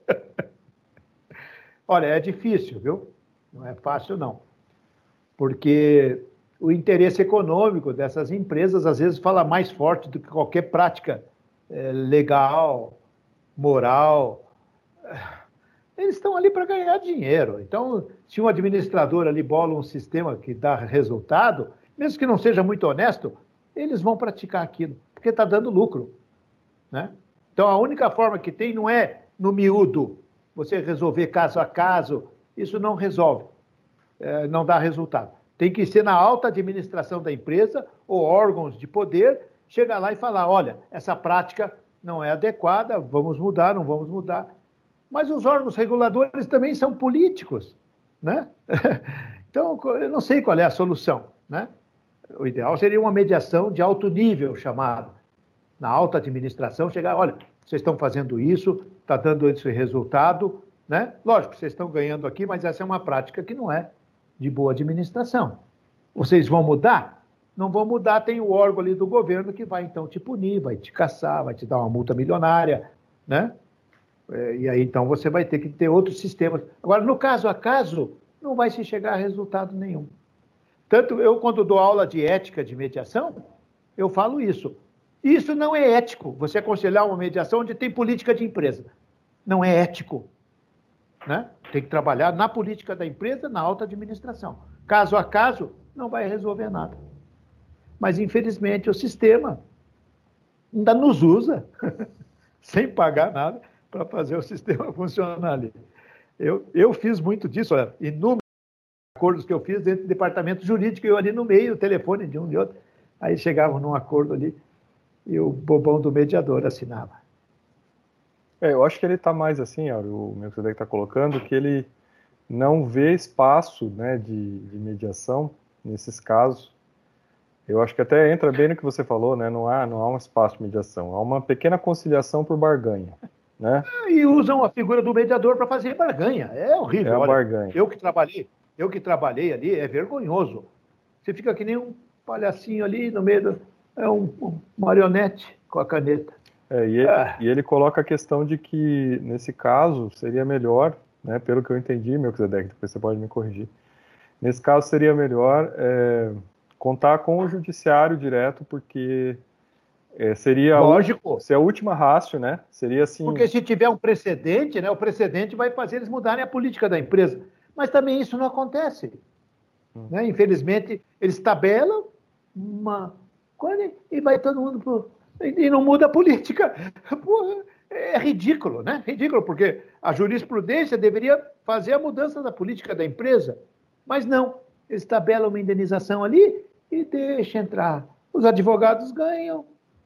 Olha, é difícil, viu? Não é fácil, não. Porque o interesse econômico dessas empresas, às vezes, fala mais forte do que qualquer prática é, legal, moral. Eles estão ali para ganhar dinheiro. Então, se um administrador ali bola um sistema que dá resultado, mesmo que não seja muito honesto, eles vão praticar aquilo, porque está dando lucro, né? Então, a única forma que tem não é no miúdo, você resolver caso a caso, isso não resolve, é, não dá resultado. Tem que ser na alta administração da empresa ou órgãos de poder, chegar lá e falar, olha, essa prática não é adequada, vamos mudar, não vamos mudar. Mas os órgãos reguladores também são políticos, né? Então, eu não sei qual é a solução, né? O ideal seria uma mediação de alto nível, chamado. Na alta administração, chegar, olha, vocês estão fazendo isso, está dando esse resultado, né? Lógico, vocês estão ganhando aqui, mas essa é uma prática que não é de boa administração. Vocês vão mudar? Não vão mudar, tem o órgão ali do governo que vai, então, te punir, vai te caçar, vai te dar uma multa milionária, né? E aí, então, você vai ter que ter outros sistemas. Agora, no caso a caso, não vai se chegar a resultado nenhum. Tanto eu, quando dou aula de ética de mediação, eu falo isso. Isso não é ético, você aconselhar uma mediação onde tem política de empresa. Não é ético. Né? Tem que trabalhar na política da empresa, na alta administração. Caso a caso, não vai resolver nada. Mas, infelizmente, o sistema ainda nos usa, sem pagar nada, para fazer o sistema funcionar ali. Eu, eu fiz muito disso, olha, inúmeros acordos que eu fiz dentro do departamento jurídico, eu ali no meio, o telefone de um e de outro. Aí chegavam num acordo ali e o bobão do mediador assinava. É, eu acho que ele está mais assim, ó, o Melquisedeque está colocando, que ele não vê espaço, né, de, de mediação nesses casos. Eu acho que até entra bem no que você falou, né? Não há, não há um espaço de mediação, há uma pequena conciliação por barganha, né? E usam a figura do mediador para fazer barganha. É horrível. É a olha, barganha. Eu que trabalhei, eu que trabalhei ali, é vergonhoso. Você fica que nem um palhacinho ali no meio do... É um, um marionete com a caneta. É, e, ele, ah. e ele coloca a questão de que, nesse caso, seria melhor, né, pelo que eu entendi, Melquisedeque, depois você pode me corrigir, nesse caso seria melhor é, contar com o judiciário direto, porque é, seria, Lógico. A, seria a última rácio, né? Seria assim... Porque se tiver um precedente, né, o precedente vai fazer eles mudarem a política da empresa. Mas também isso não acontece. Hum. Né? Infelizmente, eles tabelam uma... e vai todo mundo... Pro... e não muda a política. Porra, é ridículo, né? Ridículo, porque a jurisprudência deveria fazer a mudança da política da empresa, mas não. Eles tabelam uma indenização ali e deixa entrar. Os advogados ganham,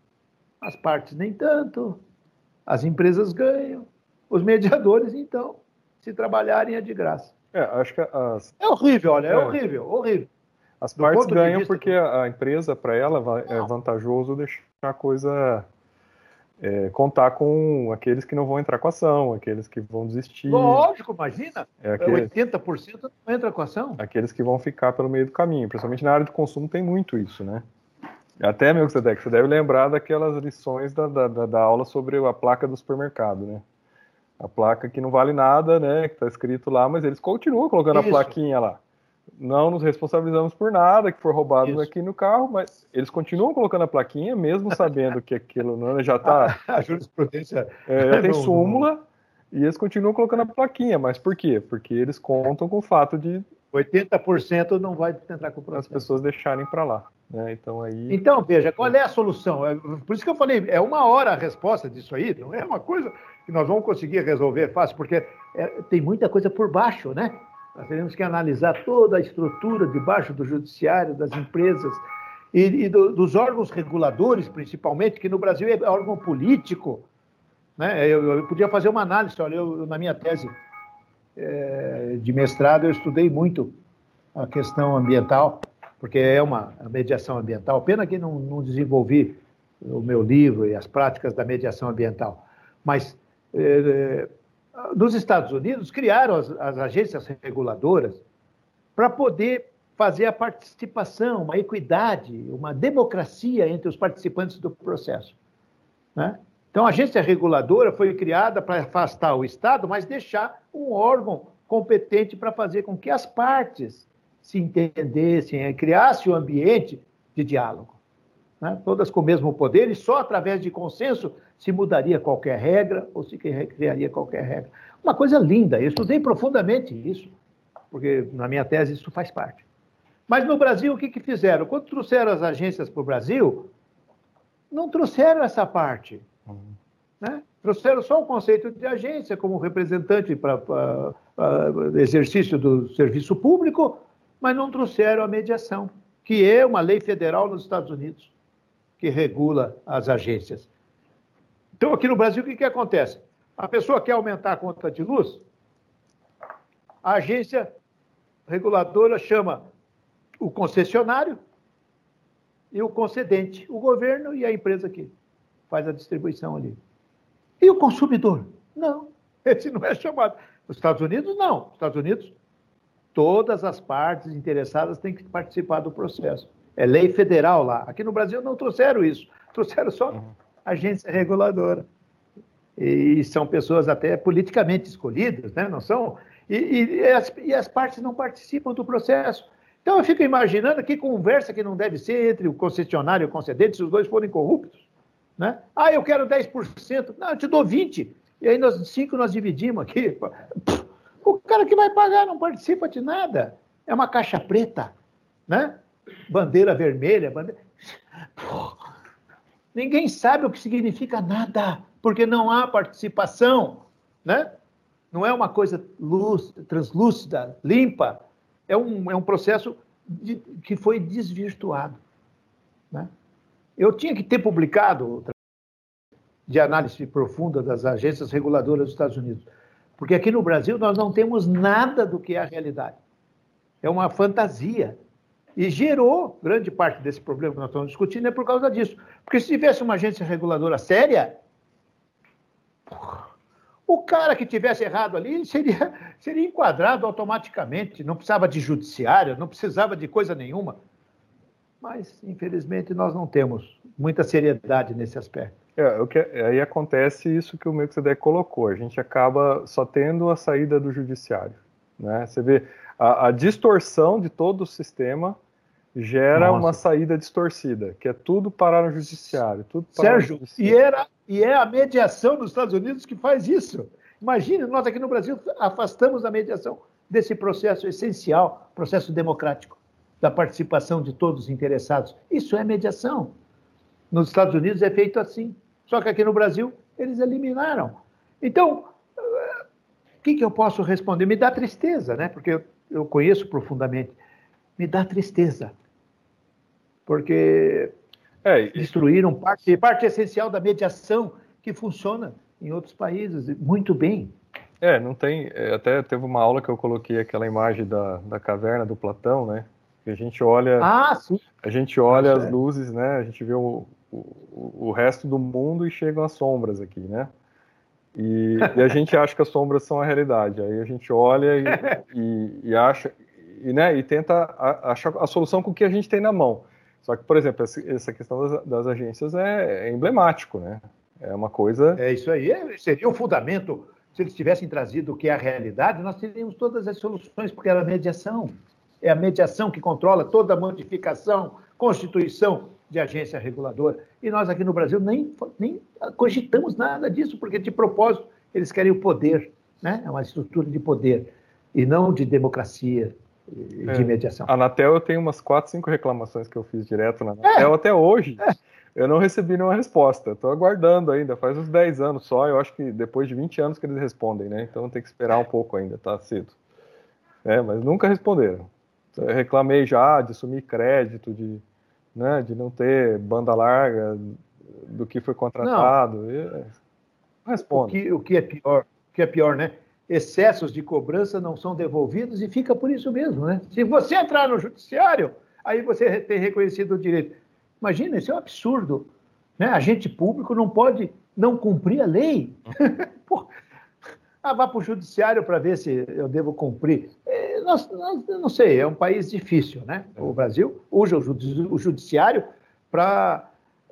as partes nem tanto, as empresas ganham, os mediadores, então, se trabalharem é de graça. É, acho que as... é horrível, olha, é, é horrível, horrível. As partes ganham porque do... a empresa, para ela, é vantajoso deixar a coisa é, contar com aqueles que não vão entrar com a ação, aqueles que vão desistir. Lógico, imagina, é aquele... oitenta por cento não entra com a ação. Aqueles que vão ficar pelo meio do caminho, principalmente na área de consumo tem muito isso, né? Até, Melquisedeque, você deve lembrar daquelas lições da, da, da aula sobre a placa do supermercado, né? A placa que não vale nada, né, que está escrito lá, mas eles continuam colocando isso. A plaquinha lá. Não nos responsabilizamos por nada que foi roubado Isso. aqui no carro, mas eles continuam colocando a plaquinha, mesmo sabendo que aquilo não, já está... A jurisprudência... É, já tem não, súmula, não. E eles continuam colocando a plaquinha. Mas por quê? Porque eles contam com o fato de... oitenta por cento não vai tentar com o processo. As pessoas deixarem para lá. Né? Então, aí... então, veja, qual é a solução? Por isso que eu falei, é uma hora a resposta disso aí, não é uma coisa que nós vamos conseguir resolver fácil, porque é, tem muita coisa por baixo, né? Nós teremos que analisar toda a estrutura debaixo do judiciário, das empresas e, e do, dos órgãos reguladores, principalmente, que no Brasil é órgão político. Né? Eu, eu podia fazer uma análise, olha, eu, na minha tese é, de mestrado eu estudei muito a questão ambiental, porque é uma mediação ambiental. Pena que não, não desenvolvi o meu livro e as práticas da mediação ambiental. Mas... É, nos Estados Unidos, criaram as, as agências reguladoras para poder fazer a participação, uma equidade, uma democracia entre os participantes do processo. Né? Então, a agência reguladora foi criada para afastar o Estado, mas deixar um órgão competente para fazer com que as partes se entendessem, criasse um ambiente de diálogo. Né? Todas com o mesmo poder e só através de consenso se mudaria qualquer regra ou se criaria qualquer regra. Uma coisa linda, eu estudei profundamente isso, porque na minha tese isso faz parte. Mas no Brasil, o que, que fizeram? Quando trouxeram as agências para o Brasil, não trouxeram essa parte. Uhum. Né? Trouxeram só o conceito de agência como representante para exercício do serviço público, mas não trouxeram a mediação, que é uma lei federal nos Estados Unidos, que regula as agências. Então, aqui no Brasil, o que, que acontece? A pessoa quer aumentar a conta de luz, a agência reguladora chama o concessionário e o concedente, o governo e a empresa que faz a distribuição ali. E o consumidor? Não, esse não é chamado. Nos Estados Unidos, não. Nos Estados Unidos, todas as partes interessadas têm que participar do processo. É lei federal lá. Aqui no Brasil não trouxeram isso. Trouxeram só... Uhum. Agência reguladora. E são pessoas até politicamente escolhidas, né? Não são? E, e, e, as, e as partes não participam do processo. Então eu fico imaginando que conversa que não deve ser entre o concessionário e o concedente se os dois forem corruptos. Né? Ah, eu quero dez por cento. Não, eu te dou vinte por cento. E aí nós cinco nós dividimos aqui. O cara que vai pagar não participa de nada. É uma caixa preta, né? Bandeira vermelha, bandeira... Pô, ninguém sabe o que significa nada, porque não há participação, né? Não é uma coisa luz, translúcida, limpa. É um, é um processo de, que foi desvirtuado, né? Eu tinha que ter publicado de análise profunda das agências reguladoras dos Estados Unidos, porque aqui no Brasil nós não temos nada do que é a realidade. É uma fantasia. E gerou grande parte desse problema que nós estamos discutindo é por causa disso. Porque se tivesse uma agência reguladora séria, o cara que tivesse errado ali ele seria, seria enquadrado automaticamente, não precisava de judiciário, não precisava de coisa nenhuma. Mas, infelizmente, nós não temos muita seriedade nesse aspecto. É, o que, aí acontece isso que o Melquisedeque colocou, a gente acaba só tendo a saída do judiciário, né? Você vê, a, a distorção de todo o sistema gera Nossa. uma saída distorcida, que é tudo parar no judiciário. Tudo parar Sérgio, no judiciário. E, era, e é a mediação dos Estados Unidos que faz isso. Imagine, nós aqui no Brasil afastamos a mediação desse processo essencial, processo democrático, da participação de todos os interessados. Isso é mediação. Nos Estados Unidos é feito assim. Só que aqui no Brasil, eles eliminaram. Então, o que, que eu posso responder? Me dá tristeza, né? Porque eu, eu conheço profundamente. Me dá tristeza. Porque é, destruíram parte, parte essencial da mediação que funciona em outros países muito bem. É, não tem... É, até teve uma aula que eu coloquei aquela imagem da, da caverna do Platão, né? Que a gente olha... Ah, sim. A gente olha ah, as luzes, né? A gente vê o... O, o resto do mundo e chegam as sombras aqui, né? E, e a gente acha que as sombras são a realidade. Aí a gente olha e, e, e acha, e, né, e tenta a, achar a solução com o que a gente tem na mão. Só que, por exemplo, essa, essa questão das, das agências é, é emblemático, né? É uma coisa... É isso aí, é, seria o fundamento. Se eles tivessem trazido o que é a realidade, nós teríamos todas as soluções, porque era a mediação. É a mediação que controla toda a modificação, constituição de agência reguladora. E nós aqui no Brasil nem, nem cogitamos nada disso, porque de propósito eles querem o poder, né? É uma estrutura de poder, e não de democracia, de é. mediação. A Anatel, eu tenho umas quatro, cinco reclamações que eu fiz direto na Anatel é. até hoje. É. Eu não recebi nenhuma resposta. Estou aguardando ainda, faz uns dez anos só. Eu acho que depois de vinte anos que eles respondem, né? Então tem que esperar um pouco ainda, tá cedo. É, mas nunca responderam. Eu reclamei já de sumir crédito, de... Né, de não ter banda larga do que foi contratado. Não. E, não responde. O que, o que é pior, o que é pior, né? Excessos de cobrança não são devolvidos e fica por isso mesmo, né? Se você entrar no judiciário, aí você tem reconhecido o direito. Imagina, isso é um absurdo, né? Agente público não pode não cumprir a lei. Pô, ah, vá para o judiciário para ver se eu devo cumprir. É, nós, nós, eu não sei, é um país difícil, né? O Brasil usa o, judi o judiciário para...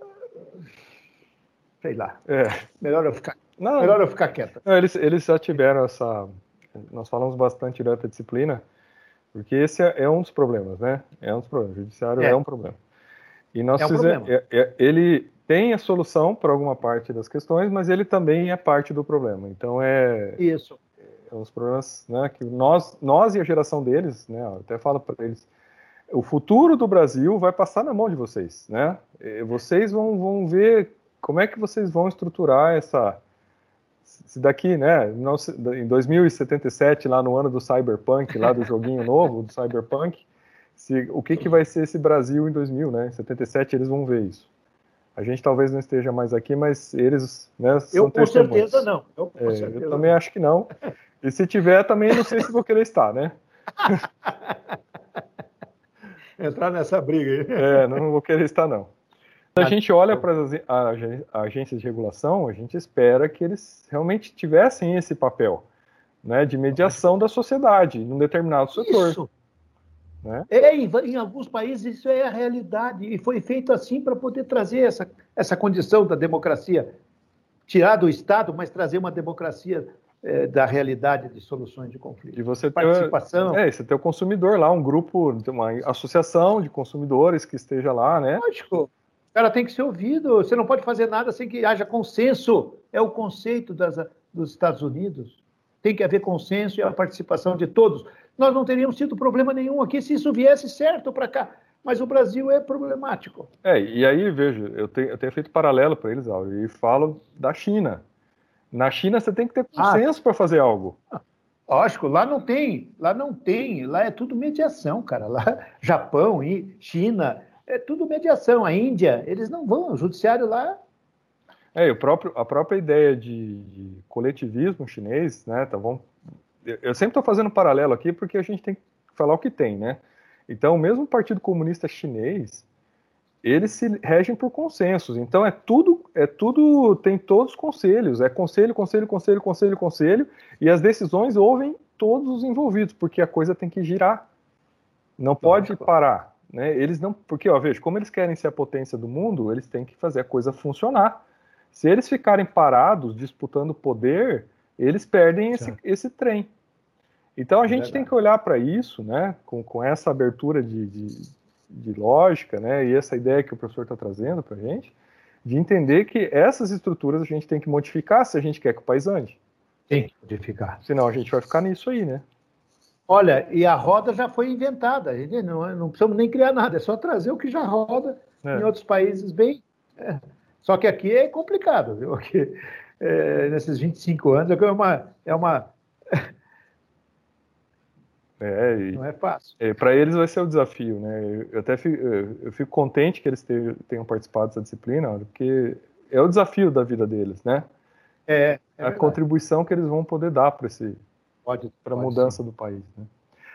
Sei lá. É. Melhor eu ficar, não, melhor eu ficar quieto. Não, eles, eles já tiveram essa... Nós falamos bastante da disciplina, porque esse é, é um dos problemas, né? É um dos problemas. O judiciário é, é um problema. E nós é um fizemos, problema. É, é, ele... tem a solução para alguma parte das questões, mas ele também é parte do problema. Então, é... Isso. É uns problemas, né, que nós, nós e a geração deles, né, eu até falo para eles, o futuro do Brasil vai passar na mão de vocês, né? Vocês vão, vão ver como é que vocês vão estruturar essa... Se daqui, né, em dois mil e setenta e sete, lá no ano do Cyberpunk, lá do joguinho novo, do Cyberpunk, se, o que, que vai ser esse Brasil em dois mil, né? Em setenta e sete eles vão ver isso. A gente talvez não esteja mais aqui, mas eles, né, são Eu com certeza não. Eu, com é, certeza eu também não. Acho que não. E se tiver, também não sei se vou querer estar, né? Entrar nessa briga aí. É, não vou querer estar, não. Quando a gente olha para as agências de regulação, a gente espera que eles realmente tivessem esse papel, né, de mediação da sociedade num determinado setor. Isso. Né? É, em, em alguns países isso é a realidade, e foi feito assim para poder trazer essa, essa condição da democracia, tirar do Estado, mas trazer uma democracia é, da realidade de soluções de conflito. E você participação. Tem, é, você tem o consumidor lá, um grupo, uma associação de consumidores que esteja lá, né? Lógico. O cara tem que ser ouvido. Você não pode fazer nada sem que haja consenso. É o conceito das, dos Estados Unidos. Tem que haver consenso e a participação de todos. Nós não teríamos tido problema nenhum aqui se isso viesse certo para cá. Mas o Brasil é problemático. É, e aí, veja, eu tenho, eu tenho feito paralelo para eles, Áureo, e falo da China. Na China você tem que ter consenso ah, para fazer algo. Lógico, lá não tem, lá não tem, lá é tudo mediação, cara. Lá, Japão e China, é tudo mediação. A Índia, eles não vão, o judiciário lá... É, o próprio, a própria ideia de, de coletivismo chinês, né, tá bom? Eu, eu sempre estou fazendo um paralelo aqui porque a gente tem que falar o que tem, né? Então, mesmo o Partido Comunista Chinês, eles se regem por consensos. Então, é tudo, é tudo, tem todos os conselhos, é conselho, conselho, conselho, conselho, conselho, e as decisões ouvem todos os envolvidos, porque a coisa tem que girar. Não pode parar, né? Eles não, porque, ó, veja, como eles querem ser a potência do mundo, eles têm que fazer a coisa funcionar. Se eles ficarem parados, disputando poder, eles perdem esse, esse trem. Então a gente é tem que olhar para isso, né, com, com essa abertura de, de, de lógica, né, e essa ideia que o professor está trazendo para a gente, de entender que essas estruturas a gente tem que modificar se a gente quer que o país ande. Tem que modificar. Senão a gente vai ficar nisso aí, né? Olha, e a roda já foi inventada, não, não precisamos nem criar nada, é só trazer o que já roda é. em outros países bem... É. Só que aqui é complicado, viu? Aqui, é, nesses vinte e cinco anos é uma... É uma... É, e, não é fácil. É, para eles vai ser o desafio, né? Eu até fico, eu fico contente que eles tenham participado dessa disciplina, porque é o desafio da vida deles, né? É, é a verdade. contribuição que eles vão poder dar para esse, pode, para a pode mudança sim. do país, né?